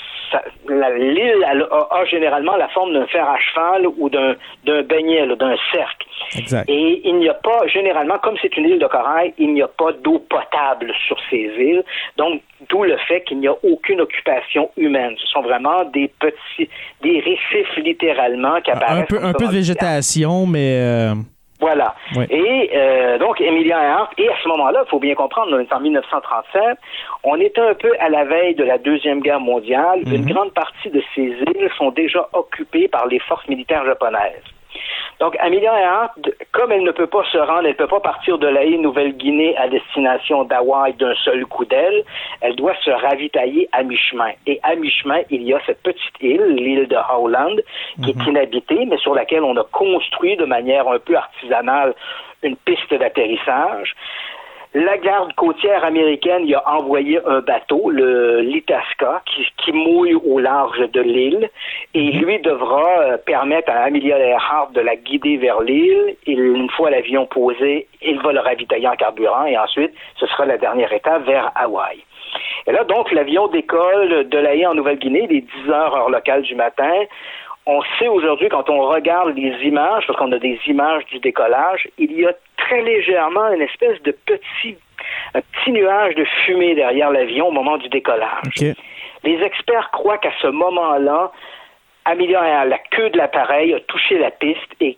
l'île a généralement la forme d'un fer à cheval ou d'un beignet, d'un cercle. Exact. Et il n'y a pas, généralement, comme c'est une île de corail, il n'y a pas d'eau potable sur ces îles. Donc, d'où le fait qu'il n'y a aucune occupation humaine. Ce sont vraiment des récifs, littéralement, qui apparaissent. Un peu de végétation, mais... Voilà. Oui. Et donc, Amelia Earhart, et à ce moment-là, il faut bien comprendre, on est en 1937, on était un peu à la veille de la Deuxième Guerre mondiale. Une grande partie de ces îles sont déjà occupées par les forces militaires japonaises. Donc, Amelia Earhart, comme elle ne peut pas se rendre, elle ne peut pas partir de Lae, Nouvelle-Guinée, à destination d'Hawaï d'un seul coup d'aile, elle doit se ravitailler à mi-chemin. Et à mi-chemin, il y a cette petite île, l'île de Howland, qui est inhabitée, mais sur laquelle on a construit de manière un peu artisanale une piste d'atterrissage. La garde côtière américaine y a envoyé un bateau, le l'Itasca, qui mouille au large de l'île, et lui devra permettre à Amelia Earhart de la guider vers l'île. Et une fois l'avion posé, il va le ravitailler en carburant, et ensuite, ce sera la dernière étape vers Hawaï. Et là, donc, l'avion décolle de Lae en Nouvelle-Guinée, il est 10 heures, heure locale du matin. On sait aujourd'hui, quand on regarde les images, parce qu'on a des images du décollage, il y a très légèrement une espèce de petit nuage de fumée derrière l'avion au moment du décollage. Okay. Les experts croient qu'à ce moment-là, Amelia, la queue de l'appareil a touché la piste et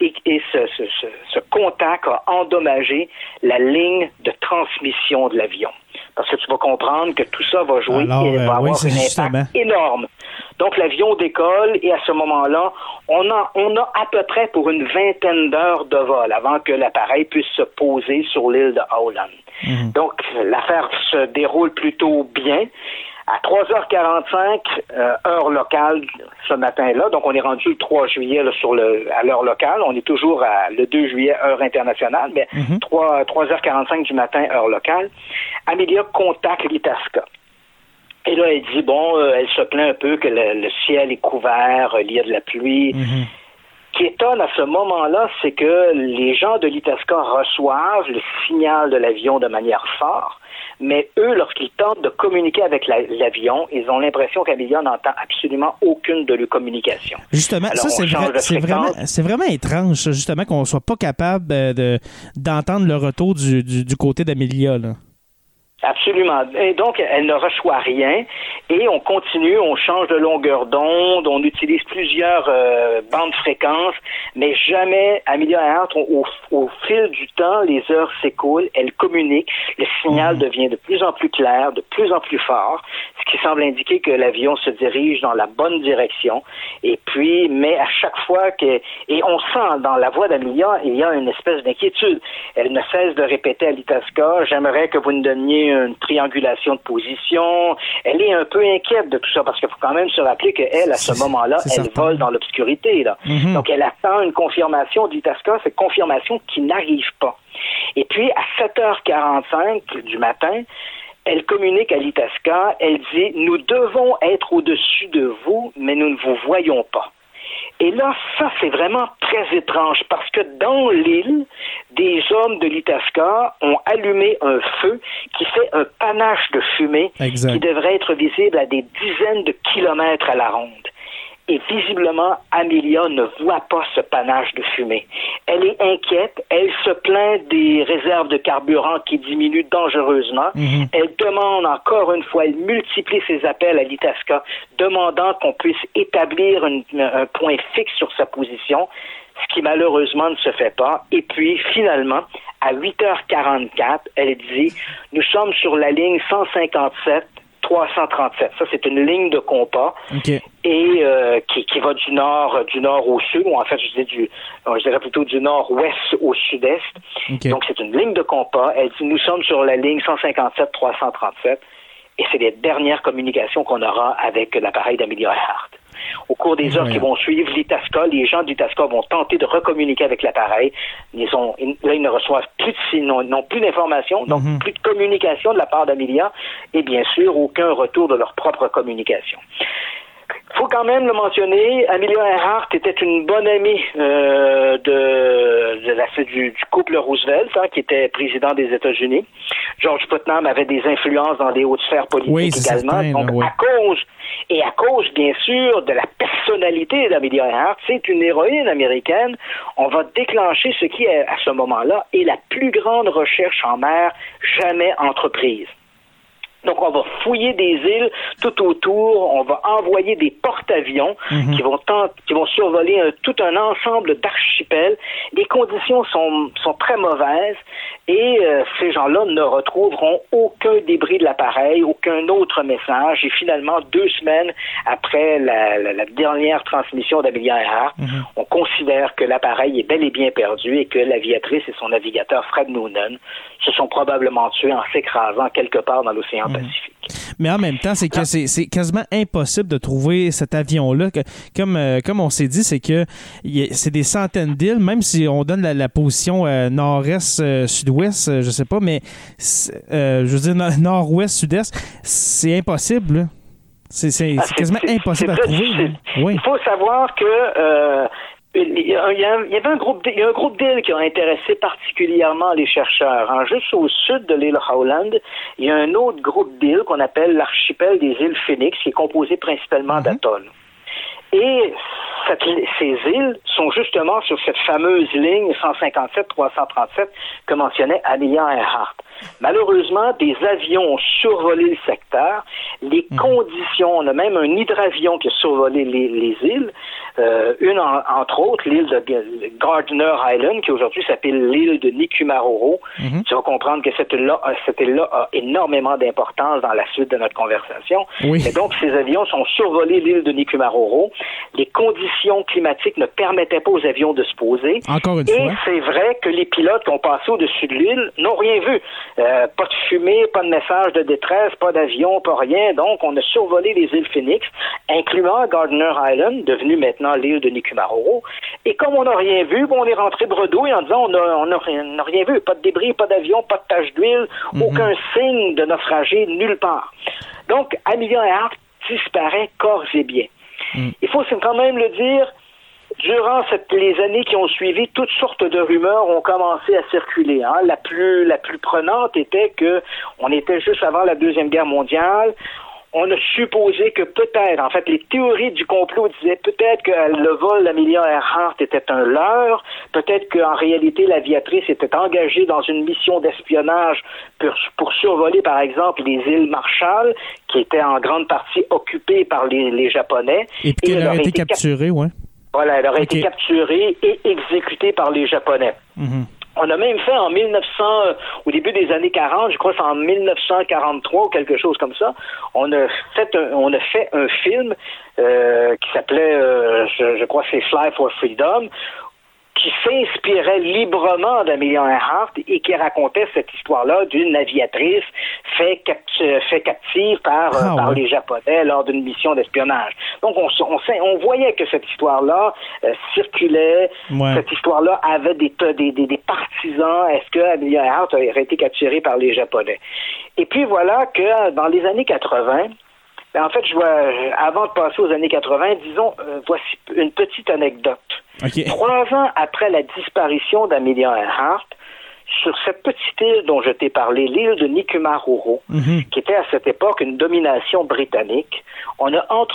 ce contact a endommagé la ligne de transmission de l'avion. Parce que tu vas comprendre que tout ça va jouer et va avoir un impact énorme. Donc, l'avion décolle et à ce moment-là, on a à peu près pour une vingtaine d'heures de vol avant que l'appareil puisse se poser sur l'île de Howland. Donc, l'affaire se déroule plutôt bien. À 3h45, heure locale ce matin-là, donc on est rendu le 3 juillet là, à l'heure locale, on est toujours le 2 juillet, heure internationale, mais 3h45 du matin, heure locale, Amelia contacte l'Itasca. Et là, elle dit, elle se plaint un peu que le ciel est couvert, il y a de la pluie. qui étonne à ce moment-là, c'est que les gens de l'Itasca reçoivent le signal de l'avion de manière forte, mais eux, lorsqu'ils tentent de communiquer avec l'avion, ils ont l'impression qu'Amelia n'entend absolument aucune de leurs communications. Justement, alors, ça, c'est vraiment étrange, ça, justement, qu'on ne soit pas capable d'entendre le retour du côté d'Amelia, là. Absolument. Et donc, elle ne reçoit rien et on continue, on change de longueur d'onde, on utilise plusieurs bandes de fréquences, mais jamais, Amelia Earhart, au fil du temps, les heures s'écoulent, elle communique, le signal devient de plus en plus clair, de plus en plus fort, ce qui semble indiquer que l'avion se dirige dans la bonne direction. Et puis, mais à chaque fois et on sent dans la voix d'Amelia, il y a une espèce d'inquiétude. Elle ne cesse de répéter à l'Itasca, j'aimerais que vous nous donniez une triangulation de position. Elle est un peu inquiète de tout ça parce qu'il faut quand même se rappeler qu'elle, à ce moment-là, elle vole dans l'obscurité, là. Mm-hmm. Donc, elle attend une confirmation d'Itasca, cette confirmation qui n'arrive pas. Et puis, à 7h45 du matin, elle communique à l'Itasca, elle dit « Nous devons être au-dessus de vous, mais nous ne vous voyons pas. » Et là, ça, c'est vraiment très étrange parce que dans l'île, des hommes de l'Itasca ont allumé un feu qui fait un panache de fumée qui devrait être visible à des dizaines de kilomètres à la ronde. Et visiblement, Amelia ne voit pas ce panache de fumée. Elle est inquiète, elle se plaint des réserves de carburant qui diminuent dangereusement. Mm-hmm. Elle demande encore une fois, elle multiplie ses appels à l'Itasca, demandant qu'on puisse établir un point fixe sur sa position, ce qui malheureusement ne se fait pas. Et puis, finalement, à 8h44, elle dit « Nous sommes sur la ligne 157, 337. Ça, c'est une ligne de compas et qui va du nord au sud, ou en fait, je dirais plutôt du nord-ouest au sud-est. Okay. Donc, c'est une ligne de compas. Elle dit, nous sommes sur la ligne 157-337 et c'est les dernières communications qu'on aura avec l'appareil d'Amelia Earhart. Au cours des heures qui vont suivre, les gens d'Itasca vont tenter de recommuniquer avec l'appareil. Ils ne reçoivent n'ont plus d'informations, donc plus de communication de la part d'Amelia et bien sûr aucun retour de leur propre communication. Il faut quand même le mentionner, Amelia Earhart était une bonne amie du couple Roosevelt, qui était président des États-Unis. George Putnam avait des influences dans les hautes sphères politiques également. Donc, à cause, bien sûr, de la personnalité d'Amelia Earhart, c'est une héroïne américaine, on va déclencher ce qui, à ce moment-là, est la plus grande recherche en mer jamais entreprise. Donc, on va fouiller des îles tout autour, on va envoyer des porte-avions qui vont survoler tout un ensemble d'archipels. Les conditions sont très mauvaises et ces gens-là ne retrouveront aucun débris de l'appareil, aucun autre message. Et finalement, 2 semaines après la dernière transmission d'Amelia Earhart, on considère que l'appareil est bel et bien perdu et que l'aviatrice et son navigateur Fred Noonan se sont probablement tués en s'écrasant quelque part dans l'océan Pacifique. Mais en même temps, c'est que c'est quasiment impossible de trouver cet avion-là. Comme on s'est dit, c'est que c'est des centaines d'îles, même si on donne la position nord-est, sud-ouest, je sais pas, mais je veux dire nord-ouest, sud-est, c'est impossible, là. C'est quasiment impossible à trouver. Oui. Il faut savoir que il y a un groupe d'îles qui a intéressé particulièrement les chercheurs. Juste au sud de l'île Howland, il y a un autre groupe d'îles qu'on appelle l'archipel des îles Phoenix, qui est composé principalement d'atolls. Et ces îles sont justement sur cette fameuse ligne 157-337 que mentionnait Amelia Earhart. Malheureusement, des avions ont survolé le secteur. Les conditions, on a même un hydravion qui a survolé les îles. Une, entre autres, l'île de Gardner Island, qui aujourd'hui s'appelle l'île de Nikumaroro. Tu vas comprendre que cette île-là a énormément d'importance dans la suite de notre conversation. Et donc, ces avions sont survolés l'île de Nikumaroro. Les conditions climatiques ne permettaient pas aux avions de se poser. Encore une fois. Et c'est vrai que les pilotes qui ont passé au-dessus de l'île n'ont rien vu. Pas de fumée, pas de message de détresse, pas d'avion, pas rien. Donc, on a survolé les îles Phoenix, incluant Gardner Island, devenu maintenant l'île de Nikumaroro. Et comme on n'a rien vu, on est rentré bredouille en disant on n'a rien vu. Pas de débris, pas d'avion, pas de tache d'huile, aucun signe de naufragé nulle part. Donc, Amelia Earhart disparaît corps et biens. Il faut quand même le dire, Durant les années qui ont suivi, toutes sortes de rumeurs ont commencé à circuler. Hein. La plus prenante était que on était juste avant la Deuxième Guerre mondiale. On a supposé que peut-être, en fait, les théories du complot disaient peut-être que le vol d'Amelia Earhart était un leurre, peut-être qu'en réalité l'aviatrice était engagée dans une mission d'espionnage pour survoler, par exemple, les îles Marshall, qui étaient en grande partie occupées par les Japonais. Et puis qu'elle aurait été capturée, ouais. Voilà, elle aurait été capturée et exécutée par les Japonais. Mm-hmm. On a même fait en 1900, au début des années 40, je crois que c'est en 1943 ou quelque chose comme ça, on a fait un film qui s'appelait, je crois que c'est Fly for Freedom, qui s'inspirait librement d'Amelia Earhart et qui racontait cette histoire-là d'une aviatrice fait captive par les Japonais lors d'une mission d'espionnage. Donc, on voyait que cette histoire-là circulait. Ouais. Cette histoire-là avait des partisans. Est-ce que Amelia Earhart aurait été capturée par les Japonais? Et puis, voilà que dans les années 80, en fait, avant de passer aux années 80, disons, voici une petite anecdote. Okay. 3 ans après la disparition d'Amelia Earhart, sur cette petite île dont je t'ai parlé, l'île de Nikumaroro, qui était à cette époque une domination britannique, on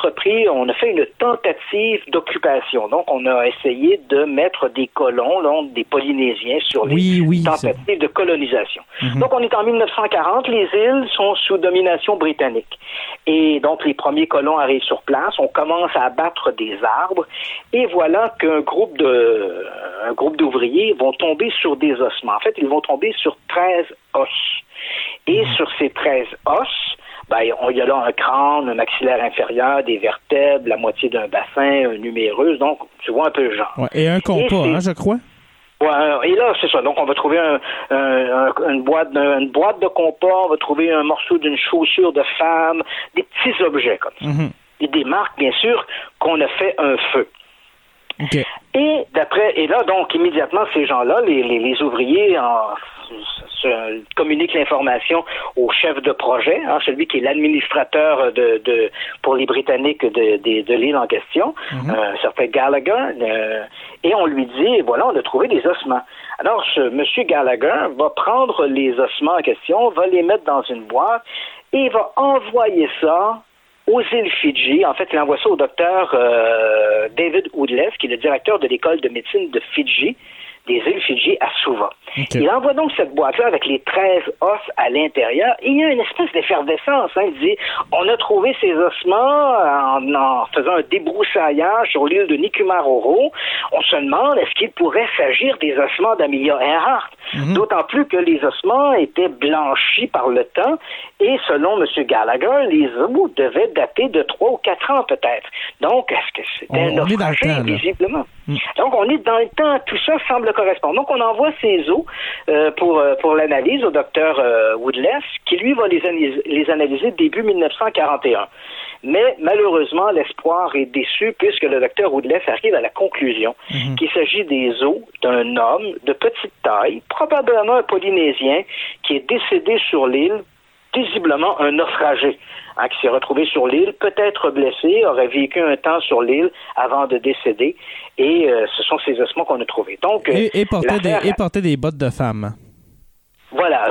a fait une tentative d'occupation. Donc, on a essayé de mettre des colons, donc des Polynésiens, sur les tentatives de colonisation. Donc, on est en 1940, les îles sont sous domination britannique. Et donc, les premiers colons arrivent sur place, on commence à abattre des arbres, et voilà qu'un groupe d'ouvriers vont tomber sur des ossements. En fait, ils vont tomber sur 13 os. Et sur ces 13 os, il y a là un crâne, un maxillaire inférieur, des vertèbres, la moitié d'un bassin, un numérus, donc tu vois un peu le genre. Ouais, et un compas, je crois. Ouais, et là, c'est ça. Donc, on va trouver une boîte de compas, on va trouver un morceau d'une chaussure de femme, des petits objets comme ça. Et des marques, bien sûr, qu'on a fait un feu. Okay. Et là, donc, immédiatement, ces gens-là, les ouvriers communiquent l'information au chef de projet, celui qui est l'administrateur pour les Britanniques de l'île en question, un certain Gallagher, et on lui dit, voilà, on a trouvé des ossements. Alors, ce monsieur Gallagher va prendre les ossements en question, va les mettre dans une boîte, et va envoyer ça aux îles Fidji. En fait, il envoie ça au docteur David Woodless, qui est le directeur de l'école de médecine de Fidji, des îles Fidji à Suva. Okay. Il envoie donc cette boîte-là avec les 13 os à l'intérieur et il y a une espèce d'effervescence. Il dit, on a trouvé ces ossements en faisant un débroussaillage sur l'île de Nikumaroro. On se demande, est-ce qu'il pourrait s'agir des ossements d'Amelia Earhart? D'autant plus que les ossements étaient blanchis par le temps et selon M. Gallagher, les os devaient dater de 3 ou 4 ans peut-être. Donc, est-ce que c'était un naufragé, visiblement? Donc, on est dans le temps. Tout ça semble correspondre. Donc, on envoie ces os pour l'analyse au docteur Woodless, qui, lui, va les analyser début 1941. Mais, malheureusement, l'espoir est déçu puisque le docteur Woodless arrive à la conclusion qu'il s'agit des os d'un homme de petite taille, probablement un Polynésien, qui est décédé sur l'île, visiblement un naufragé, qui s'est retrouvé sur l'île, peut-être blessé, aurait vécu un temps sur l'île avant de décéder, et ce sont ces ossements qu'on a trouvés. Donc, et portait des bottes de femme. Voilà.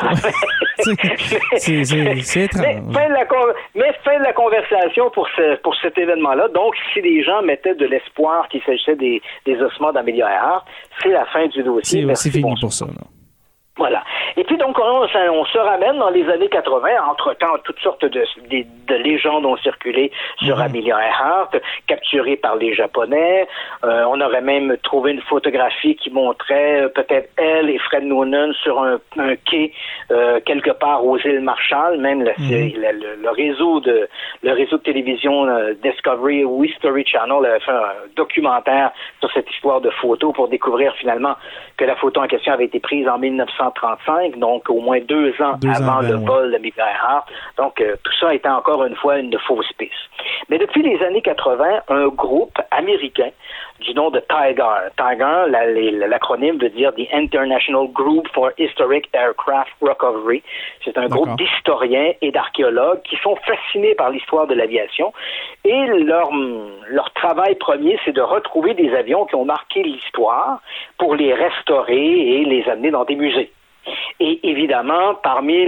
C'est étrange. Mais fin de la conversation pour cet événement-là. Donc, si les gens mettaient de l'espoir qu'il s'agissait des ossements d'Amelia Earhart, c'est la fin du dossier. C'est fini pour ça, là. Voilà. Et puis donc, on se ramène dans les années 80. Entre-temps, toutes sortes de légendes ont circulé sur Amelia Earhart, capturée par les Japonais. On aurait même trouvé une photographie qui montrait peut-être elle et Fred Noonan sur un quai quelque part aux îles Marshall. Même le réseau de télévision Discovery ou History Channel avait fait un documentaire sur cette histoire de photos pour découvrir finalement que la photo en question avait été prise en 1935, donc au moins 2 ans avant le vol de Amelia Earhart. Donc, tout ça était encore une fois une fausse piste. Mais depuis les années 80, un groupe américain du nom de TIGAR. TIGAR, l'acronyme veut dire The International Group for Historic Aircraft Recovery. C'est un groupe d'historiens et d'archéologues qui sont fascinés par l'histoire de l'aviation. Et leur travail premier, c'est de retrouver des avions qui ont marqué l'histoire pour les restaurer et les amener dans des musées. Et évidemment, parmi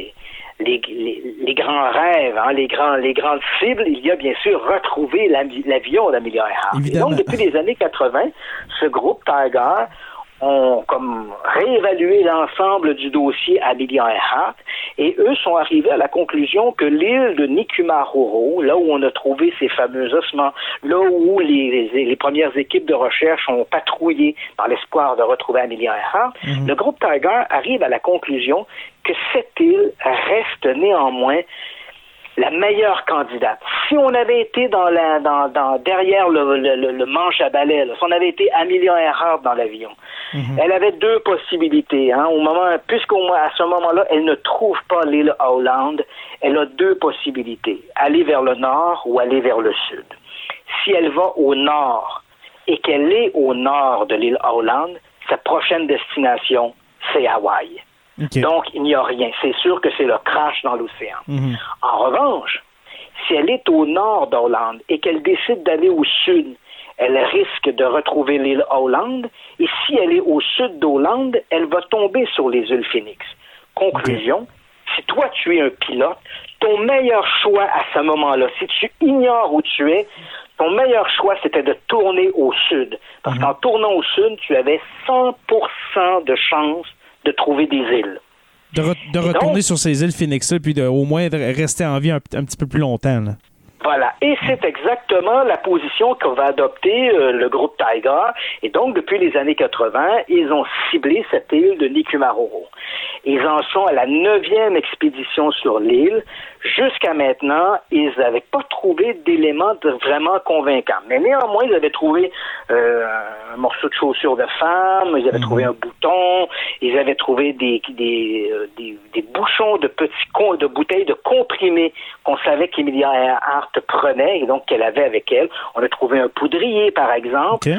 les grands rêves, les grandes cibles, il y a bien sûr retrouver l'avion d'Amelia Earhart. Et donc, depuis les années 80, ce groupe TIGAR ont comme réévalué l'ensemble du dossier Amelia Earhart et eux sont arrivés à la conclusion que l'île de Nikumaroro, là où on a trouvé ces fameux ossements, là où les premières équipes de recherche ont patrouillé dans l'espoir de retrouver Amelia Earhart, le groupe TIGAR arrive à la conclusion que cette île reste néanmoins la meilleure candidate. Si on avait été derrière le manche à balai, si on avait été Amelia Earhart dans l'avion, elle avait deux possibilités. À ce moment-là, elle ne trouve pas l'île Howland. Elle a deux possibilités. Aller vers le nord ou aller vers le sud. Si elle va au nord et qu'elle est au nord de l'île Howland, sa prochaine destination, c'est Hawaï. Okay. Donc, il n'y a rien. C'est sûr que c'est le crash dans l'océan. En revanche, si elle est au nord d'Howland et qu'elle décide d'aller au sud, elle risque de retrouver l'île Howland. Et si elle est au sud d'Howland, elle va tomber sur les îles Phoenix. Conclusion, si toi tu es un pilote, ton meilleur choix à ce moment-là, si tu ignores où tu es, ton meilleur choix, c'était de tourner au sud. Parce qu'en tournant au sud, tu avais 100% de chance de trouver des îles. De retourner sur ces îles Phoenix, puis au moins de rester en vie un petit peu plus longtemps. Là. Voilà. Et c'est exactement la position qu'on va adopter le groupe TIGAR. Et donc, depuis les années 80, ils ont ciblé cette île de Nikumaroro. Ils en sont à la 9e expédition sur l'île. Jusqu'à maintenant, ils n'avaient pas trouvé d'éléments vraiment convaincants. Mais néanmoins, ils avaient trouvé un morceau de chaussure de femme, ils avaient trouvé un bouton, ils avaient trouvé des bouchons de bouteilles de comprimés qu'on savait qu'Amelia Earhart prenait et donc qu'elle avait avec elle. On a trouvé un poudrier, par exemple.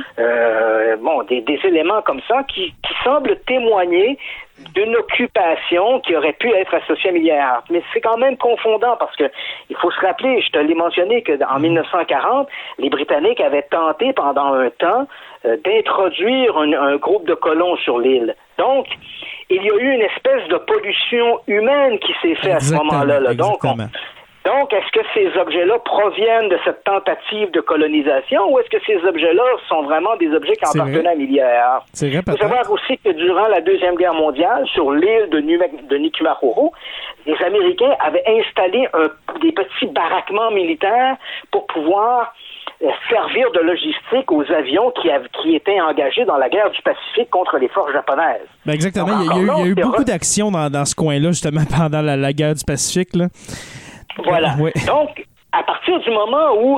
Des éléments comme ça qui semblent témoigner d'une occupation qui aurait pu être associée à Amelia Earhart. Mais c'est quand même confondant parce que il faut se rappeler, je te l'ai mentionné, qu'en 1940, les Britanniques avaient tenté pendant un temps d'introduire un groupe de colons sur l'île. Donc, il y a eu une espèce de pollution humaine qui s'est faite à ce moment-là. Là. Donc, est-ce que ces objets-là proviennent de cette tentative de colonisation ou est-ce que ces objets-là sont vraiment des objets qui appartenaient à Amelia Earhart? Il faut savoir aussi que durant la Deuxième Guerre mondiale, sur l'île de Nikumaroro, les Américains avaient installé des petits baraquements militaires pour pouvoir servir de logistique aux avions qui étaient engagés dans la guerre du Pacifique contre les forces japonaises. Ben exactement. Donc, il y a eu beaucoup d'actions dans ce coin-là, justement, pendant la guerre du Pacifique, là. Voilà. Oui. Donc, à partir du moment où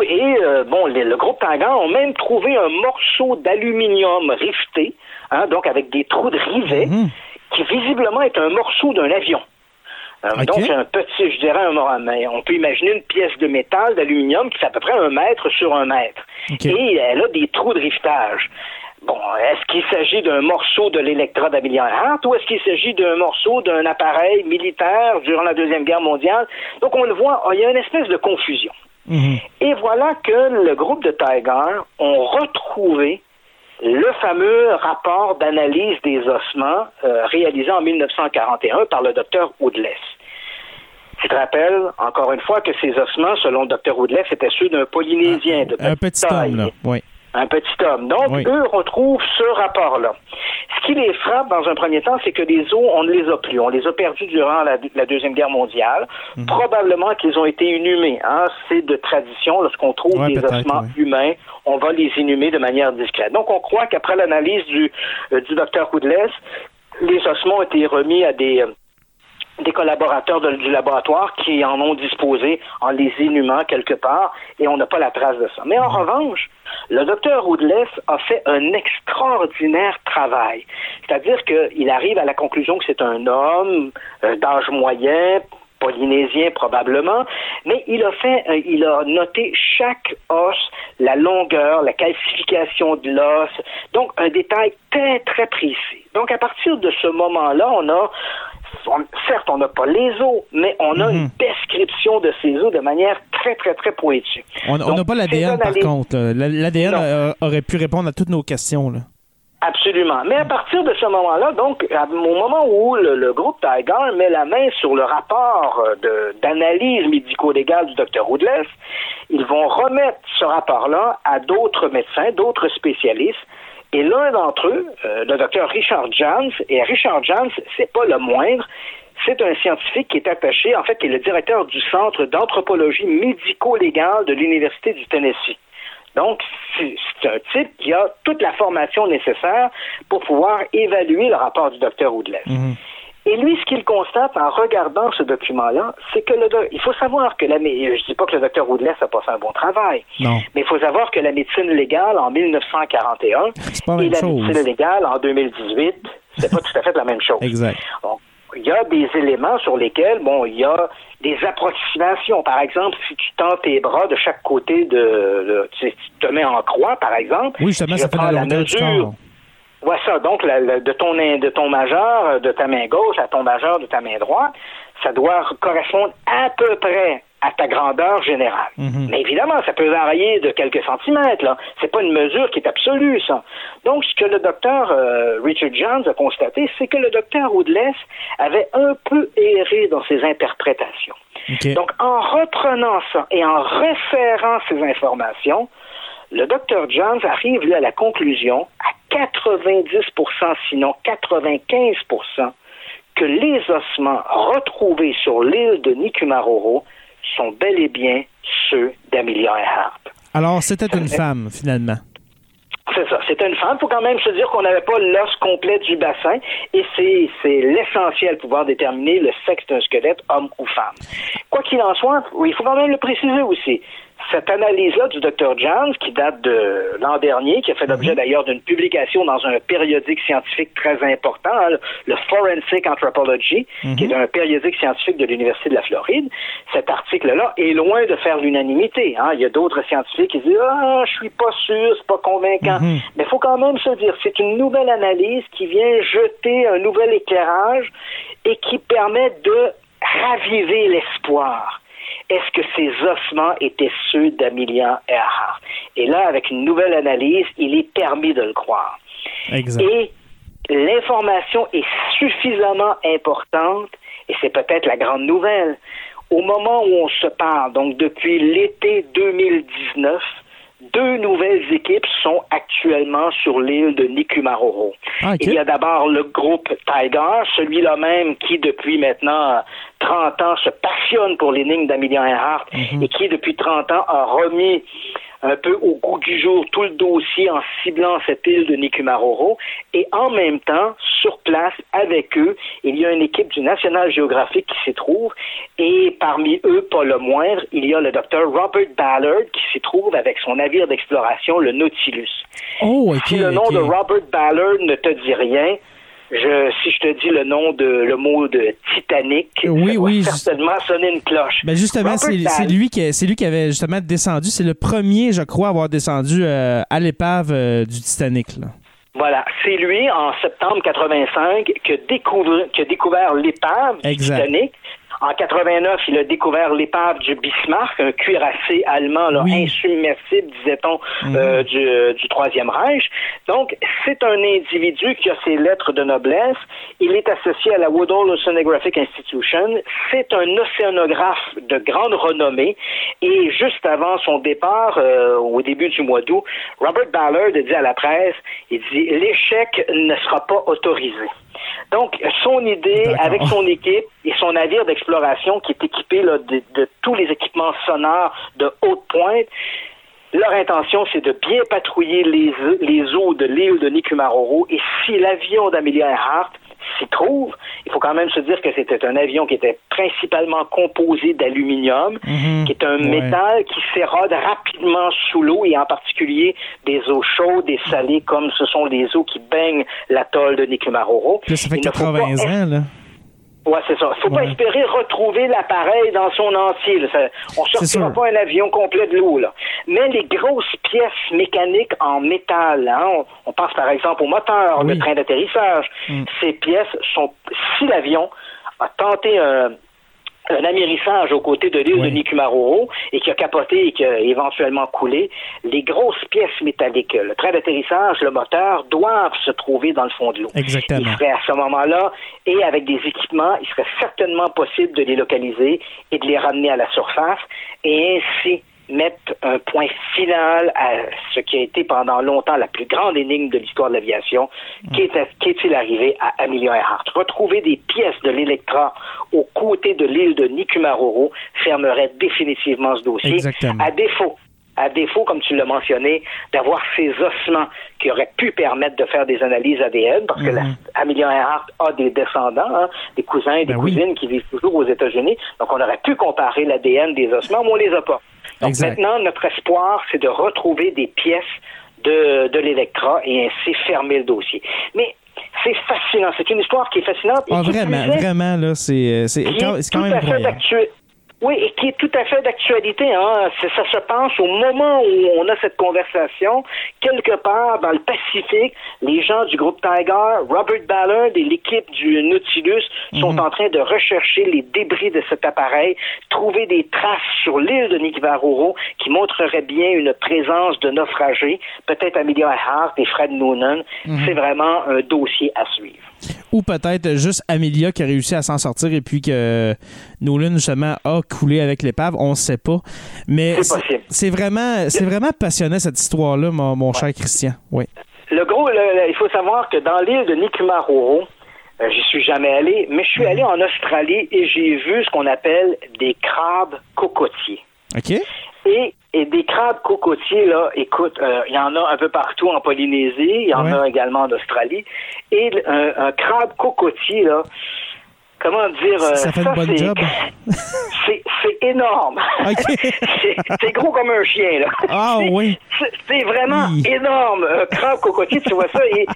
le groupe TIGAR ont même trouvé un morceau d'aluminium rifté, donc avec des trous de rivet, qui visiblement est un morceau d'un avion. Donc, c'est un petit, je dirais, on peut imaginer une pièce de métal, d'aluminium, qui fait à peu près 1 mètre sur 1 mètre. Et elle a des trous de rivetage. Bon, est-ce qu'il s'agit d'un morceau de l'Electra d'Amelia Earhart ou est-ce qu'il s'agit d'un morceau d'un appareil militaire durant la Deuxième Guerre mondiale? Donc, on le voit, il y a une espèce de confusion. Et voilà que le groupe de TIGAR ont retrouvé le fameux rapport d'analyse des ossements réalisé en 1941 par le Dr Woodless. Je te rappelle, encore une fois, que ces ossements, selon le Dr Woodless, étaient ceux d'un Polynésien de petite taille. Homme, là. Oui. Un petit homme. Donc, eux retrouvent ce rapport-là. Ce qui les frappe dans un premier temps, c'est que les os, on ne les a plus. On les a perdus durant la Deuxième Guerre mondiale. Probablement qu'ils ont été inhumés. C'est de tradition. Lorsqu'on trouve des ossements humains, on va les inhumer de manière discrète. Donc, on croit qu'après l'analyse du Dr Woodless, les ossements ont été remis à des collaborateurs du laboratoire qui en ont disposé en les inhumant quelque part et on n'a pas la trace de ça. Mais en revanche, le docteur Woodless a fait un extraordinaire travail. C'est-à-dire qu'il arrive à la conclusion que c'est un homme d'âge moyen, polynésien probablement, mais il a noté chaque os, la longueur, la calcification de l'os, donc un détail très, très précis. Donc, à partir de ce moment-là, certes, on n'a pas les os, mais on a une description de ces os de manière très, très, très pointue. On n'a pas l'ADN, par contre. L'ADN aurait pu répondre à toutes nos questions, là. Absolument. Mais à partir de ce moment-là, donc, au moment où le groupe Tiger met la main sur le rapport d'analyse médico-légale du Dr. Woodless, ils vont remettre ce rapport-là à d'autres médecins, d'autres spécialistes. Et l'un d'entre eux, le Dr. Richard Jans, et Richard Jans, c'est pas le moindre, c'est un scientifique qui est attaché, en fait, qui est le directeur du Centre d'anthropologie médico-légale de l'Université du Tennessee. Donc, c'est un type qui a toute la formation nécessaire pour pouvoir évaluer le rapport du Dr. Woodless. Et lui, ce qu'il constate en regardant ce document-là, c'est que il faut savoir que je dis pas que le Dr. Woodless a pas fait un bon travail, mais il faut savoir que la médecine légale en 1941 et la médecine légale en 2018, c'est pas tout à fait la même chose. Exact. Bon, il y a des éléments sur lesquels, il y a des approximations. Par exemple, si tu tends tes bras de chaque côté tu te mets en croix, par exemple. Oui, justement, ça fait la longueur du corps. Ouais, ça. Donc, de ton majeur, de ta main gauche à ton majeur de ta main droite, ça doit correspondre à peu près à ta grandeur générale. Mais évidemment, ça peut varier de quelques centimètres, là. C'est pas une mesure qui est absolue, ça. Donc, ce que le docteur Richard Jans a constaté, c'est que le docteur Woodless avait un peu erré dans ses interprétations. Okay. Donc, en reprenant ça et en référant ces informations, le docteur Jans arrive, lui, à la conclusion, à 90%, sinon 95%, que les ossements retrouvés sur l'île de Nikumaroro sont bel et bien ceux d'Amelia Earhart. Alors, c'était une femme, finalement. C'est ça, c'était une femme. Il faut quand même se dire qu'on n'avait pas l'os complet du bassin, et c'est l'essentiel, pouvoir déterminer le sexe d'un squelette, homme ou femme. Quoi qu'il en soit, oui, il faut quand même le préciser aussi. Cette analyse-là du Dr. Jans, qui date de l'an dernier, qui a fait l'objet d'ailleurs d'une publication dans un périodique scientifique très important, le Forensic Anthropology, qui est un périodique scientifique de l'Université de la Floride, cet article-là est loin de faire l'unanimité. Il y a d'autres scientifiques qui disent « Ah, je suis pas sûr, c'est pas convaincant ». Mais il faut quand même se dire, c'est une nouvelle analyse qui vient jeter un nouvel éclairage et qui permet de raviver l'espoir. Est-ce que ces ossements étaient ceux d'Amelia Earhart? Et là, avec une nouvelle analyse, il est permis de le croire. Exact. Et l'information est suffisamment importante, et c'est peut-être la grande nouvelle. Au moment où on se parle, donc depuis l'été 2019, 2 nouvelles équipes sont actuellement sur l'île de Nikumaroro. Okay. Il y a d'abord le groupe Tiger, celui-là même qui, depuis maintenant 30 ans, se passionne pour l'énigme d'Amelia Earhart et qui, depuis 30 ans, a remis un peu au goût du jour tout le dossier en ciblant cette île de Nikumaroro. Et en même temps, sur place, avec eux, il y a une équipe du National Geographic qui s'y trouve. Et parmi eux, pas le moindre, il y a le Dr. Robert Ballard qui s'y trouve avec son navire d'exploration, le Nautilus. Oh, okay, si le nom de Robert Ballard ne te dit rien, si je te dis le mot de Titanic, oui, ça va certainement sonner une cloche. Ben justement, c'est lui qui avait justement descendu. C'est le premier, je crois, à avoir descendu à l'épave du Titanic, là. Voilà, c'est lui, en septembre 85, qui a découvert l'épave du Titanic. En 89, il a découvert l'épave du Bismarck, un cuirassé allemand insubmersible, disait-on, du Troisième Reich. Donc, c'est un individu qui a ses lettres de noblesse. Il est associé à la Woodhull Oceanographic Institution. C'est un océanographe de grande renommée. Et juste avant son départ, au début du mois d'août, Robert Ballard a dit à la presse, il dit « L'échec ne sera pas autorisé ». Donc, son idée, avec son équipe et son navire d'exploration qui est équipé là, de tous les équipements sonores de haute pointe, leur intention, c'est de bien patrouiller les eaux de l'île de Nikumaroro. Et si l'avion d'Amelia Earhart s'y trouve, il faut quand même se dire que c'était un avion qui était principalement composé d'aluminium, qui est un métal qui s'érode rapidement sous l'eau, et en particulier des eaux chaudes et salées, comme ce sont les eaux qui baignent l'atoll de Nikumaroro. Là, ça fait 80 ans, là. Oui, c'est ça. Il ne faut pas espérer retrouver l'appareil dans son entier. Là. On ne sortira pas un avion complet de l'eau. Là. Mais les grosses pièces mécaniques en métal, hein, on pense par exemple au moteur, le train d'atterrissage, ces pièces sont, si l'avion a tenté un amérissage aux côtés de l'île de Nikumaroro et qui a capoté et qui a éventuellement coulé, les grosses pièces métalliques, le train d'atterrissage, le moteur, doivent se trouver dans le fond de l'eau. Exactement. Il serait à ce moment-là, et avec des équipements, il serait certainement possible de les localiser et de les ramener à la surface et ainsi mettre un point final à ce qui a été pendant longtemps la plus grande énigme de l'histoire de l'aviation. Qu'est-il arrivé à Amelia Earhart? Retrouver des pièces de l'Electra aux côtés de l'île de Nikumaroro fermerait définitivement ce dossier. Exactement. À défaut, comme tu l'as mentionné, d'avoir ces ossements qui auraient pu permettre de faire des analyses ADN, parce que Amelia Earhart a des descendants, des cousins et des cousines qui vivent toujours aux États-Unis, donc on aurait pu comparer l'ADN des ossements, mais on les a pas. Donc maintenant, notre espoir, c'est de retrouver des pièces de l'Electra et ainsi fermer le dossier. Mais c'est fascinant. C'est une histoire qui est fascinante. Et vraiment, là, c'est quand même incroyable. Oui, et qui est tout à fait d'actualité. Hein. Ça se passe au moment où on a cette conversation, quelque part dans le Pacifique. Les gens du groupe Tiger, Robert Ballard et l'équipe du Nautilus sont en train de rechercher les débris de cet appareil, trouver des traces sur l'île de Nikumaroro qui montreraient bien une présence de naufragés, peut-être Amelia Earhart et Fred Noonan. C'est vraiment un dossier à suivre. Ou peut-être juste Amelia qui a réussi à s'en sortir et puis que Nolan, justement, a coulé avec l'épave. On ne sait pas. Mais c'est vraiment passionnant, cette histoire-là, mon cher Christian. Oui. Il faut savoir que dans l'île de Nikumaroro, j'y suis jamais allé, mais je suis allé en Australie et j'ai vu ce qu'on appelle des crabes cocotiers. OK. Et des crabes cocotiers, là, écoute, il y en a un peu partout en Polynésie, il y en a également en Australie. Et un crabe cocotier, là, comment dire... Ça fait une bonne job. C'est énorme. Okay. c'est gros comme un chien, là. Ah oui. C'est vraiment énorme. Un crabe cocotier, tu vois ça.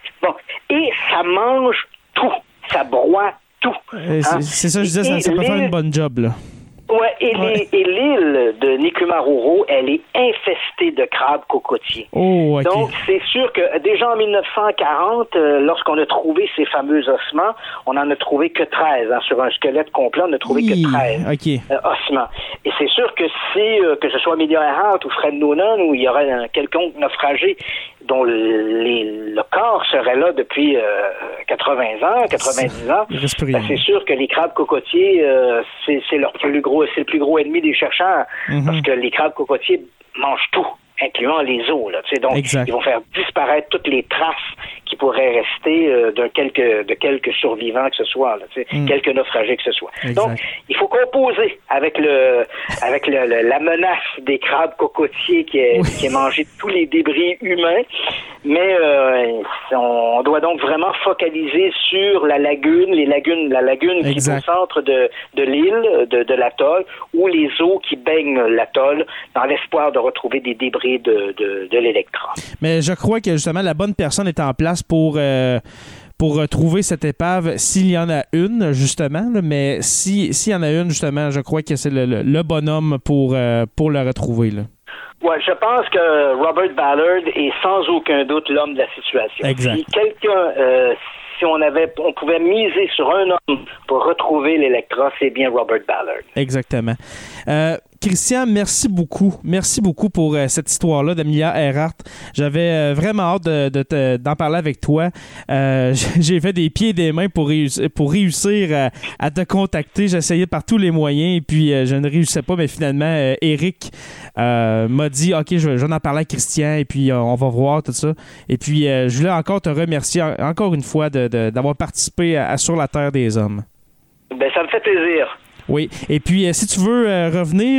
Et ça mange tout. Ça broie tout. C'est ça, je disais, ça peut faire une bonne job, là. Ouais, et l'île de Nikumaroro, elle est infestée de crabes cocotiers. Oh, okay. Donc, c'est sûr que déjà en 1940, lorsqu'on a trouvé ces fameux ossements, on n'en a trouvé que 13. Hein, sur un squelette complet, on n'a trouvé que 13 ossements. Et c'est sûr que si, que ce soit Amelia Earhart ou Fred Noonan, où il y aurait un quelconque naufragé dont le corps serait là depuis 80 ans, 90 ans, c'est sûr que les crabes cocotiers, c'est le plus gros ennemi des chercheurs, parce que les crabes cocotiers mangent tout, incluant les os. Là, donc, ils vont faire disparaître toutes les traces qui pourraient rester de quelques survivants que ce soit, là, quelques naufragés que ce soit. Exact. Donc, il faut composer avec la menace des crabes cocotiers qui est mangé tous les débris humains, mais on doit donc vraiment focaliser sur la lagune qui est au centre de l'île, de l'atoll, ou les eaux qui baignent l'atoll, dans l'espoir de retrouver des débris de l'Electra. Mais je crois que justement la bonne personne est en place pour trouver cette épave, s'il y en a une, justement. Là, mais s'il y en a une, justement, je crois que c'est le bonhomme pour le retrouver. Là. Ouais, je pense que Robert Ballard est sans aucun doute l'homme de la situation. Exact. Si on pouvait miser sur un homme pour retrouver l'Electra, c'est bien Robert Ballard. Exactement. Christian, merci beaucoup. Merci beaucoup pour cette histoire-là d'Amelia Earhart. J'avais vraiment hâte d'en parler avec toi. J'ai fait des pieds et des mains pour réussir à te contacter. J'ai essayé par tous les moyens et puis je ne réussissais pas, mais finalement, Eric m'a dit « OK, je vais en parler à Christian et puis on va voir tout ça. » Et puis, je voulais encore te remercier encore une fois d'avoir participé à Sur la Terre des Hommes. Ben, ça me fait plaisir. Oui. Et puis, si tu veux revenir,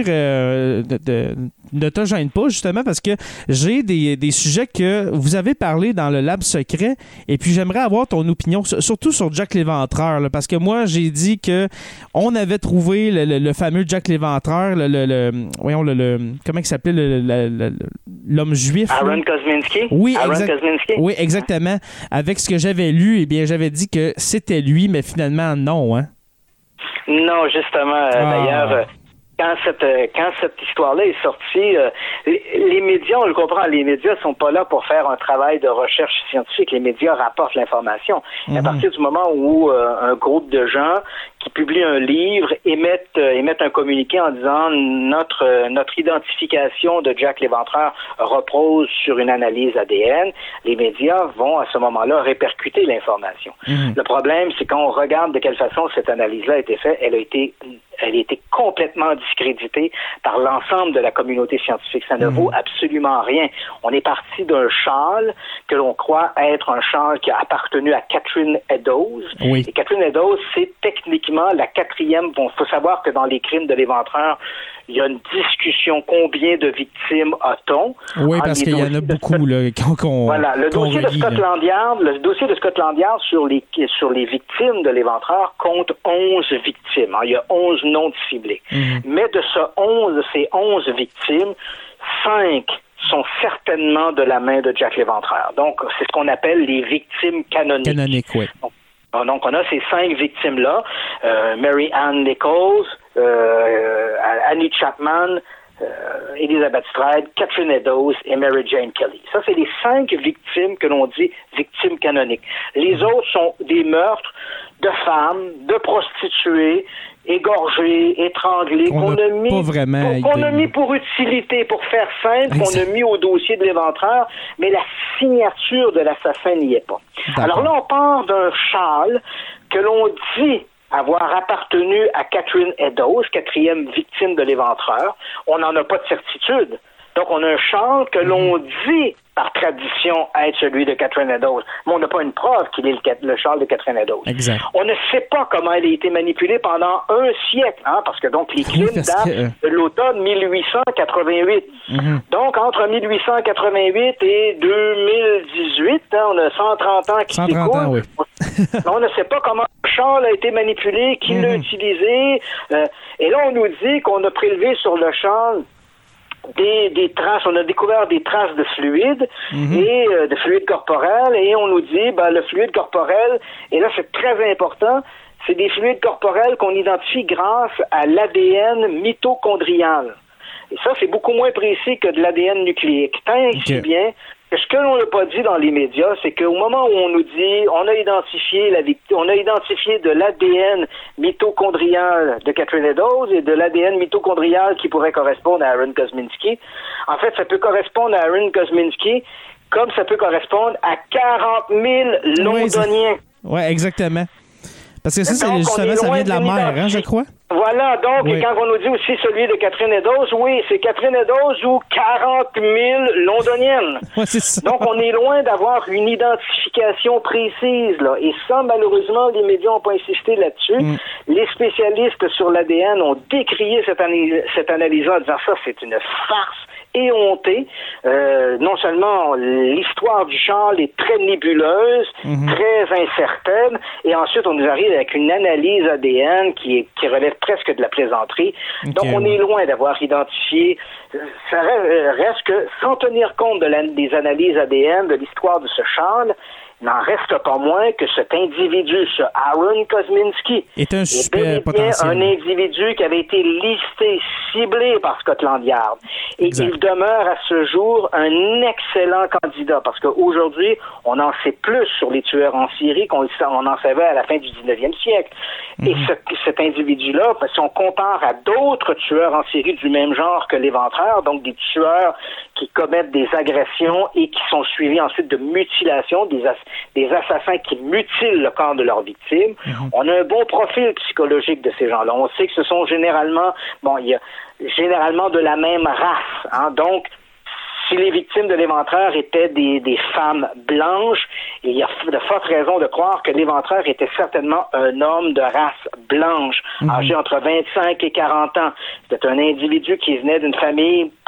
ne te gêne pas, justement, parce que j'ai des sujets que vous avez parlé dans le Lab secret. Et puis, j'aimerais avoir ton opinion, surtout sur Jack l'Éventreur. Là, parce que moi, j'ai dit que on avait trouvé le fameux Jack l'Éventreur, comment il s'appelait, l'homme juif. Aaron Kosminski. Oui, oui, exactement. Avec ce que j'avais lu, eh bien, j'avais dit que c'était lui, mais finalement, non, hein? Non, justement, d'ailleurs... Quand cette histoire-là est sortie, les médias, on le comprend, les médias sont pas là pour faire un travail de recherche scientifique. Les médias rapportent l'information. À partir du moment où un groupe de gens qui publient un livre émettent un communiqué en disant notre identification de Jack l'Éventreur repose sur une analyse ADN, les médias vont à ce moment-là répercuter l'information. Le problème, c'est quand on regarde de quelle façon cette analyse-là a été faite, elle a été complètement discréditée par l'ensemble de la communauté scientifique. Ça ne vaut absolument rien. On est parti d'un châle que l'on croit être un châle qui a appartenu à Catherine Eddowes. Oui. Et Catherine Eddowes, c'est techniquement la quatrième. Bon, faut savoir que dans les crimes de l'Éventreur, il y a une discussion combien de victimes a-t-on. Oui, parce qu'il y en a beaucoup là, voilà, le dossier de Scotland Yard, sur les victimes de l'Éventreur compte 11 victimes. Il y a 11 noms de ciblés. Mais de ces 11 victimes, 5 sont certainement de la main de Jack l'Éventreur. Donc, c'est ce qu'on appelle les victimes canoniques. Canoniques, oui. Donc, on a ces 5 victimes-là, Mary Ann Nichols, Annie Chapman, Elizabeth Stride, Catherine Eddowes et Mary Jane Kelly. Ça, c'est les 5 victimes que l'on dit victimes canoniques. Les autres sont des meurtres de femmes, de prostituées, égorgées, étranglées, qu'on a mis pour utilité, pour faire simple, qu'on a mis au dossier de l'Éventreur, mais la signature de l'assassin n'y est pas. D'accord. Alors là, on part d'un châle que l'on dit avoir appartenu à Catherine Eddowes, 4e victime de l'Éventreur. On n'en a pas de certitude. Donc, on a un châle que l'on dit, par tradition, être celui de Catherine Eddowes. Mais on n'a pas une preuve qu'il est le châle de Catherine Eddowes. Exact. On ne sait pas comment elle a été manipulée pendant un siècle, parce que donc les crimes datent de l'automne 1888. Donc, entre 1888 et 2018, on a 130 ans qui s'écoulent. Oui. On ne sait pas comment le châle a été manipulé, qui l'a utilisé. Et là, on nous dit qu'on a prélevé sur le châle des traces, on a découvert des traces de fluide et de fluide corporel, et on nous dit le fluide corporel, et là c'est très important, c'est des fluides corporels qu'on identifie grâce à l'ADN mitochondrial. Et ça, c'est beaucoup moins précis que de l'ADN nucléique. Tant si bien que ce que l'on n'a pas dit dans les médias, c'est qu'au moment où on nous dit on a identifié de l'ADN mitochondrial de Catherine Eddowes et de l'ADN mitochondrial qui pourrait correspondre à Aaron Kosminski, en fait, ça peut correspondre à Aaron Kosminski comme ça peut correspondre à 40 000 Londoniens. Oui, exactement. Parce que ça vient de la mer, je crois. Voilà, donc, et quand on nous dit aussi celui de Catherine Eddowes, oui, c'est Catherine Eddowes ou 40 000 Londoniennes. Ouais, c'est ça. Donc, on est loin d'avoir une identification précise, là. Et ça, malheureusement, les médias n'ont pas insisté là-dessus. Les spécialistes sur l'ADN ont décrié cette analyse-là en disant ça, c'est une farce éhontée. Non seulement l'histoire du châle est très nébuleuse, très incertaine, et ensuite on nous arrive avec une analyse ADN qui relève presque de la plaisanterie. Donc on est loin d'avoir identifié, ça reste que sans tenir compte des analyses ADN de l'histoire de ce châle, n'en reste pas moins que cet individu, ce Aaron Kosminski, est un super potentiel. Un individu qui avait été listé, ciblé par Scotland Yard. Et il demeure à ce jour un excellent candidat parce qu'aujourd'hui, on en sait plus sur les tueurs en série qu'on en savait à la fin du 19e siècle. Et cet individu-là, si on compare à d'autres tueurs en série du même genre que l'Éventreur, donc des tueurs qui commettent des agressions et qui sont suivis ensuite de mutilations, des assassins qui mutilent le corps de leurs victimes. On a un bon profil psychologique de ces gens-là. On sait que ce sont généralement de la même race. Donc, si les victimes de l'Éventreur étaient des femmes blanches, il y a de fortes raisons de croire que l'Éventreur était certainement un homme de race blanche, âgé entre 25 et 40 ans. C'était un individu qui venait d'une famille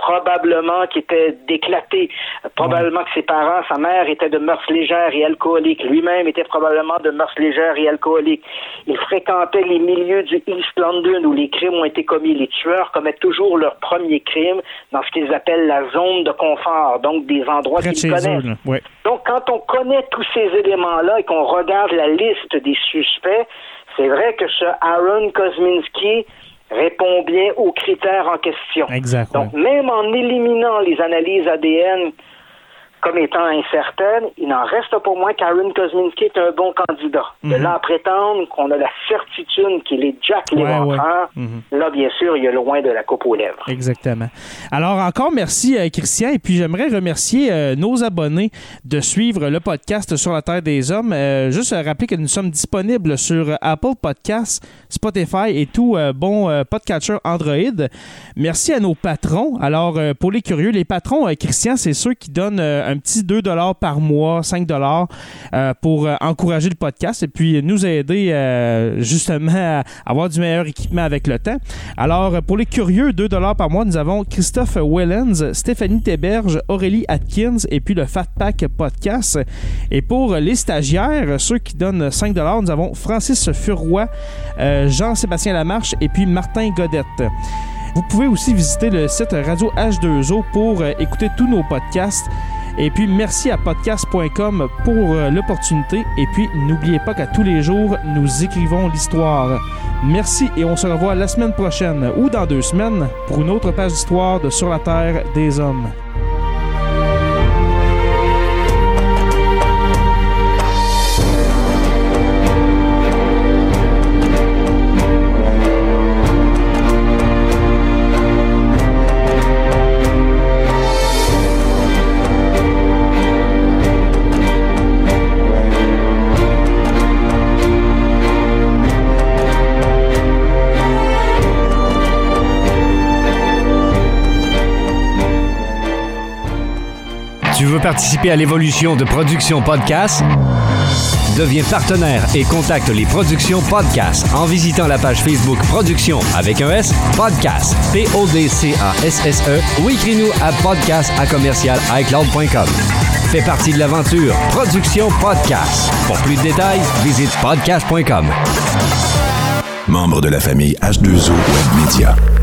probablement qu'il était déclaté, probablement que ses parents, sa mère était de mœurs légères et alcooliques, lui-même était probablement de mœurs légères et alcooliques. Il fréquentait les milieux du East London où les crimes ont été commis. Les tueurs commettent toujours leur premier crime dans ce qu'ils appellent la zone de confort, donc des endroits qu'ils connaissent. Ouais. Donc, quand on connaît tous ces éléments-là et qu'on regarde la liste des suspects, c'est vrai que ce Aaron Kosminski répond bien aux critères en question. Exact. Donc, même en éliminant les analyses ADN comme étant incertaines, il n'en reste pas moins qu'Aaron Kosminski est un bon candidat. De là à prétendre qu'on a la certitude qu'il est Jack l'Éventreur, là, bien sûr, il est loin de la coupe aux lèvres. Exactement. Alors, encore merci, Christian. Et puis, j'aimerais remercier nos abonnés de suivre le podcast Sur la Terre des Hommes. Juste rappeler que nous sommes disponibles sur Apple Podcasts, Spotify et tout bon podcatcher Android. Merci à nos patrons. Alors, pour les curieux, les patrons, Christian, c'est ceux qui donnent un petit 2$ par mois, 5$ pour encourager le podcast et puis nous aider justement à avoir du meilleur équipement avec le temps. Alors, pour les curieux, 2$ par mois, nous avons Christophe Wellens, Stéphanie Théberge, Aurélie Atkins et puis le Fat Pack Podcast. Et pour les stagiaires, ceux qui donnent 5$, nous avons Francis Furoy, Jean-Sébastien Lamarche et puis Martin Godette. Vous pouvez aussi visiter le site Radio H2O pour écouter tous nos podcasts. Et puis, merci à podcast.com pour l'opportunité. Et puis, n'oubliez pas qu'à tous les jours, nous écrivons l'histoire. Merci et on se revoit la semaine prochaine ou dans 2 semaines pour une autre page d'histoire de Sur la Terre des Hommes. Tu veux participer à l'évolution de Production Podcast? Deviens partenaire et contacte les Productions Podcast en visitant la page Facebook Production avec un S, Podcast, PODCASSE ou écris-nous à podcast@icloud.com. Fais partie de l'aventure Production Podcast. Pour plus de détails, visite podcast.com. Membre de la famille H2O Web Media.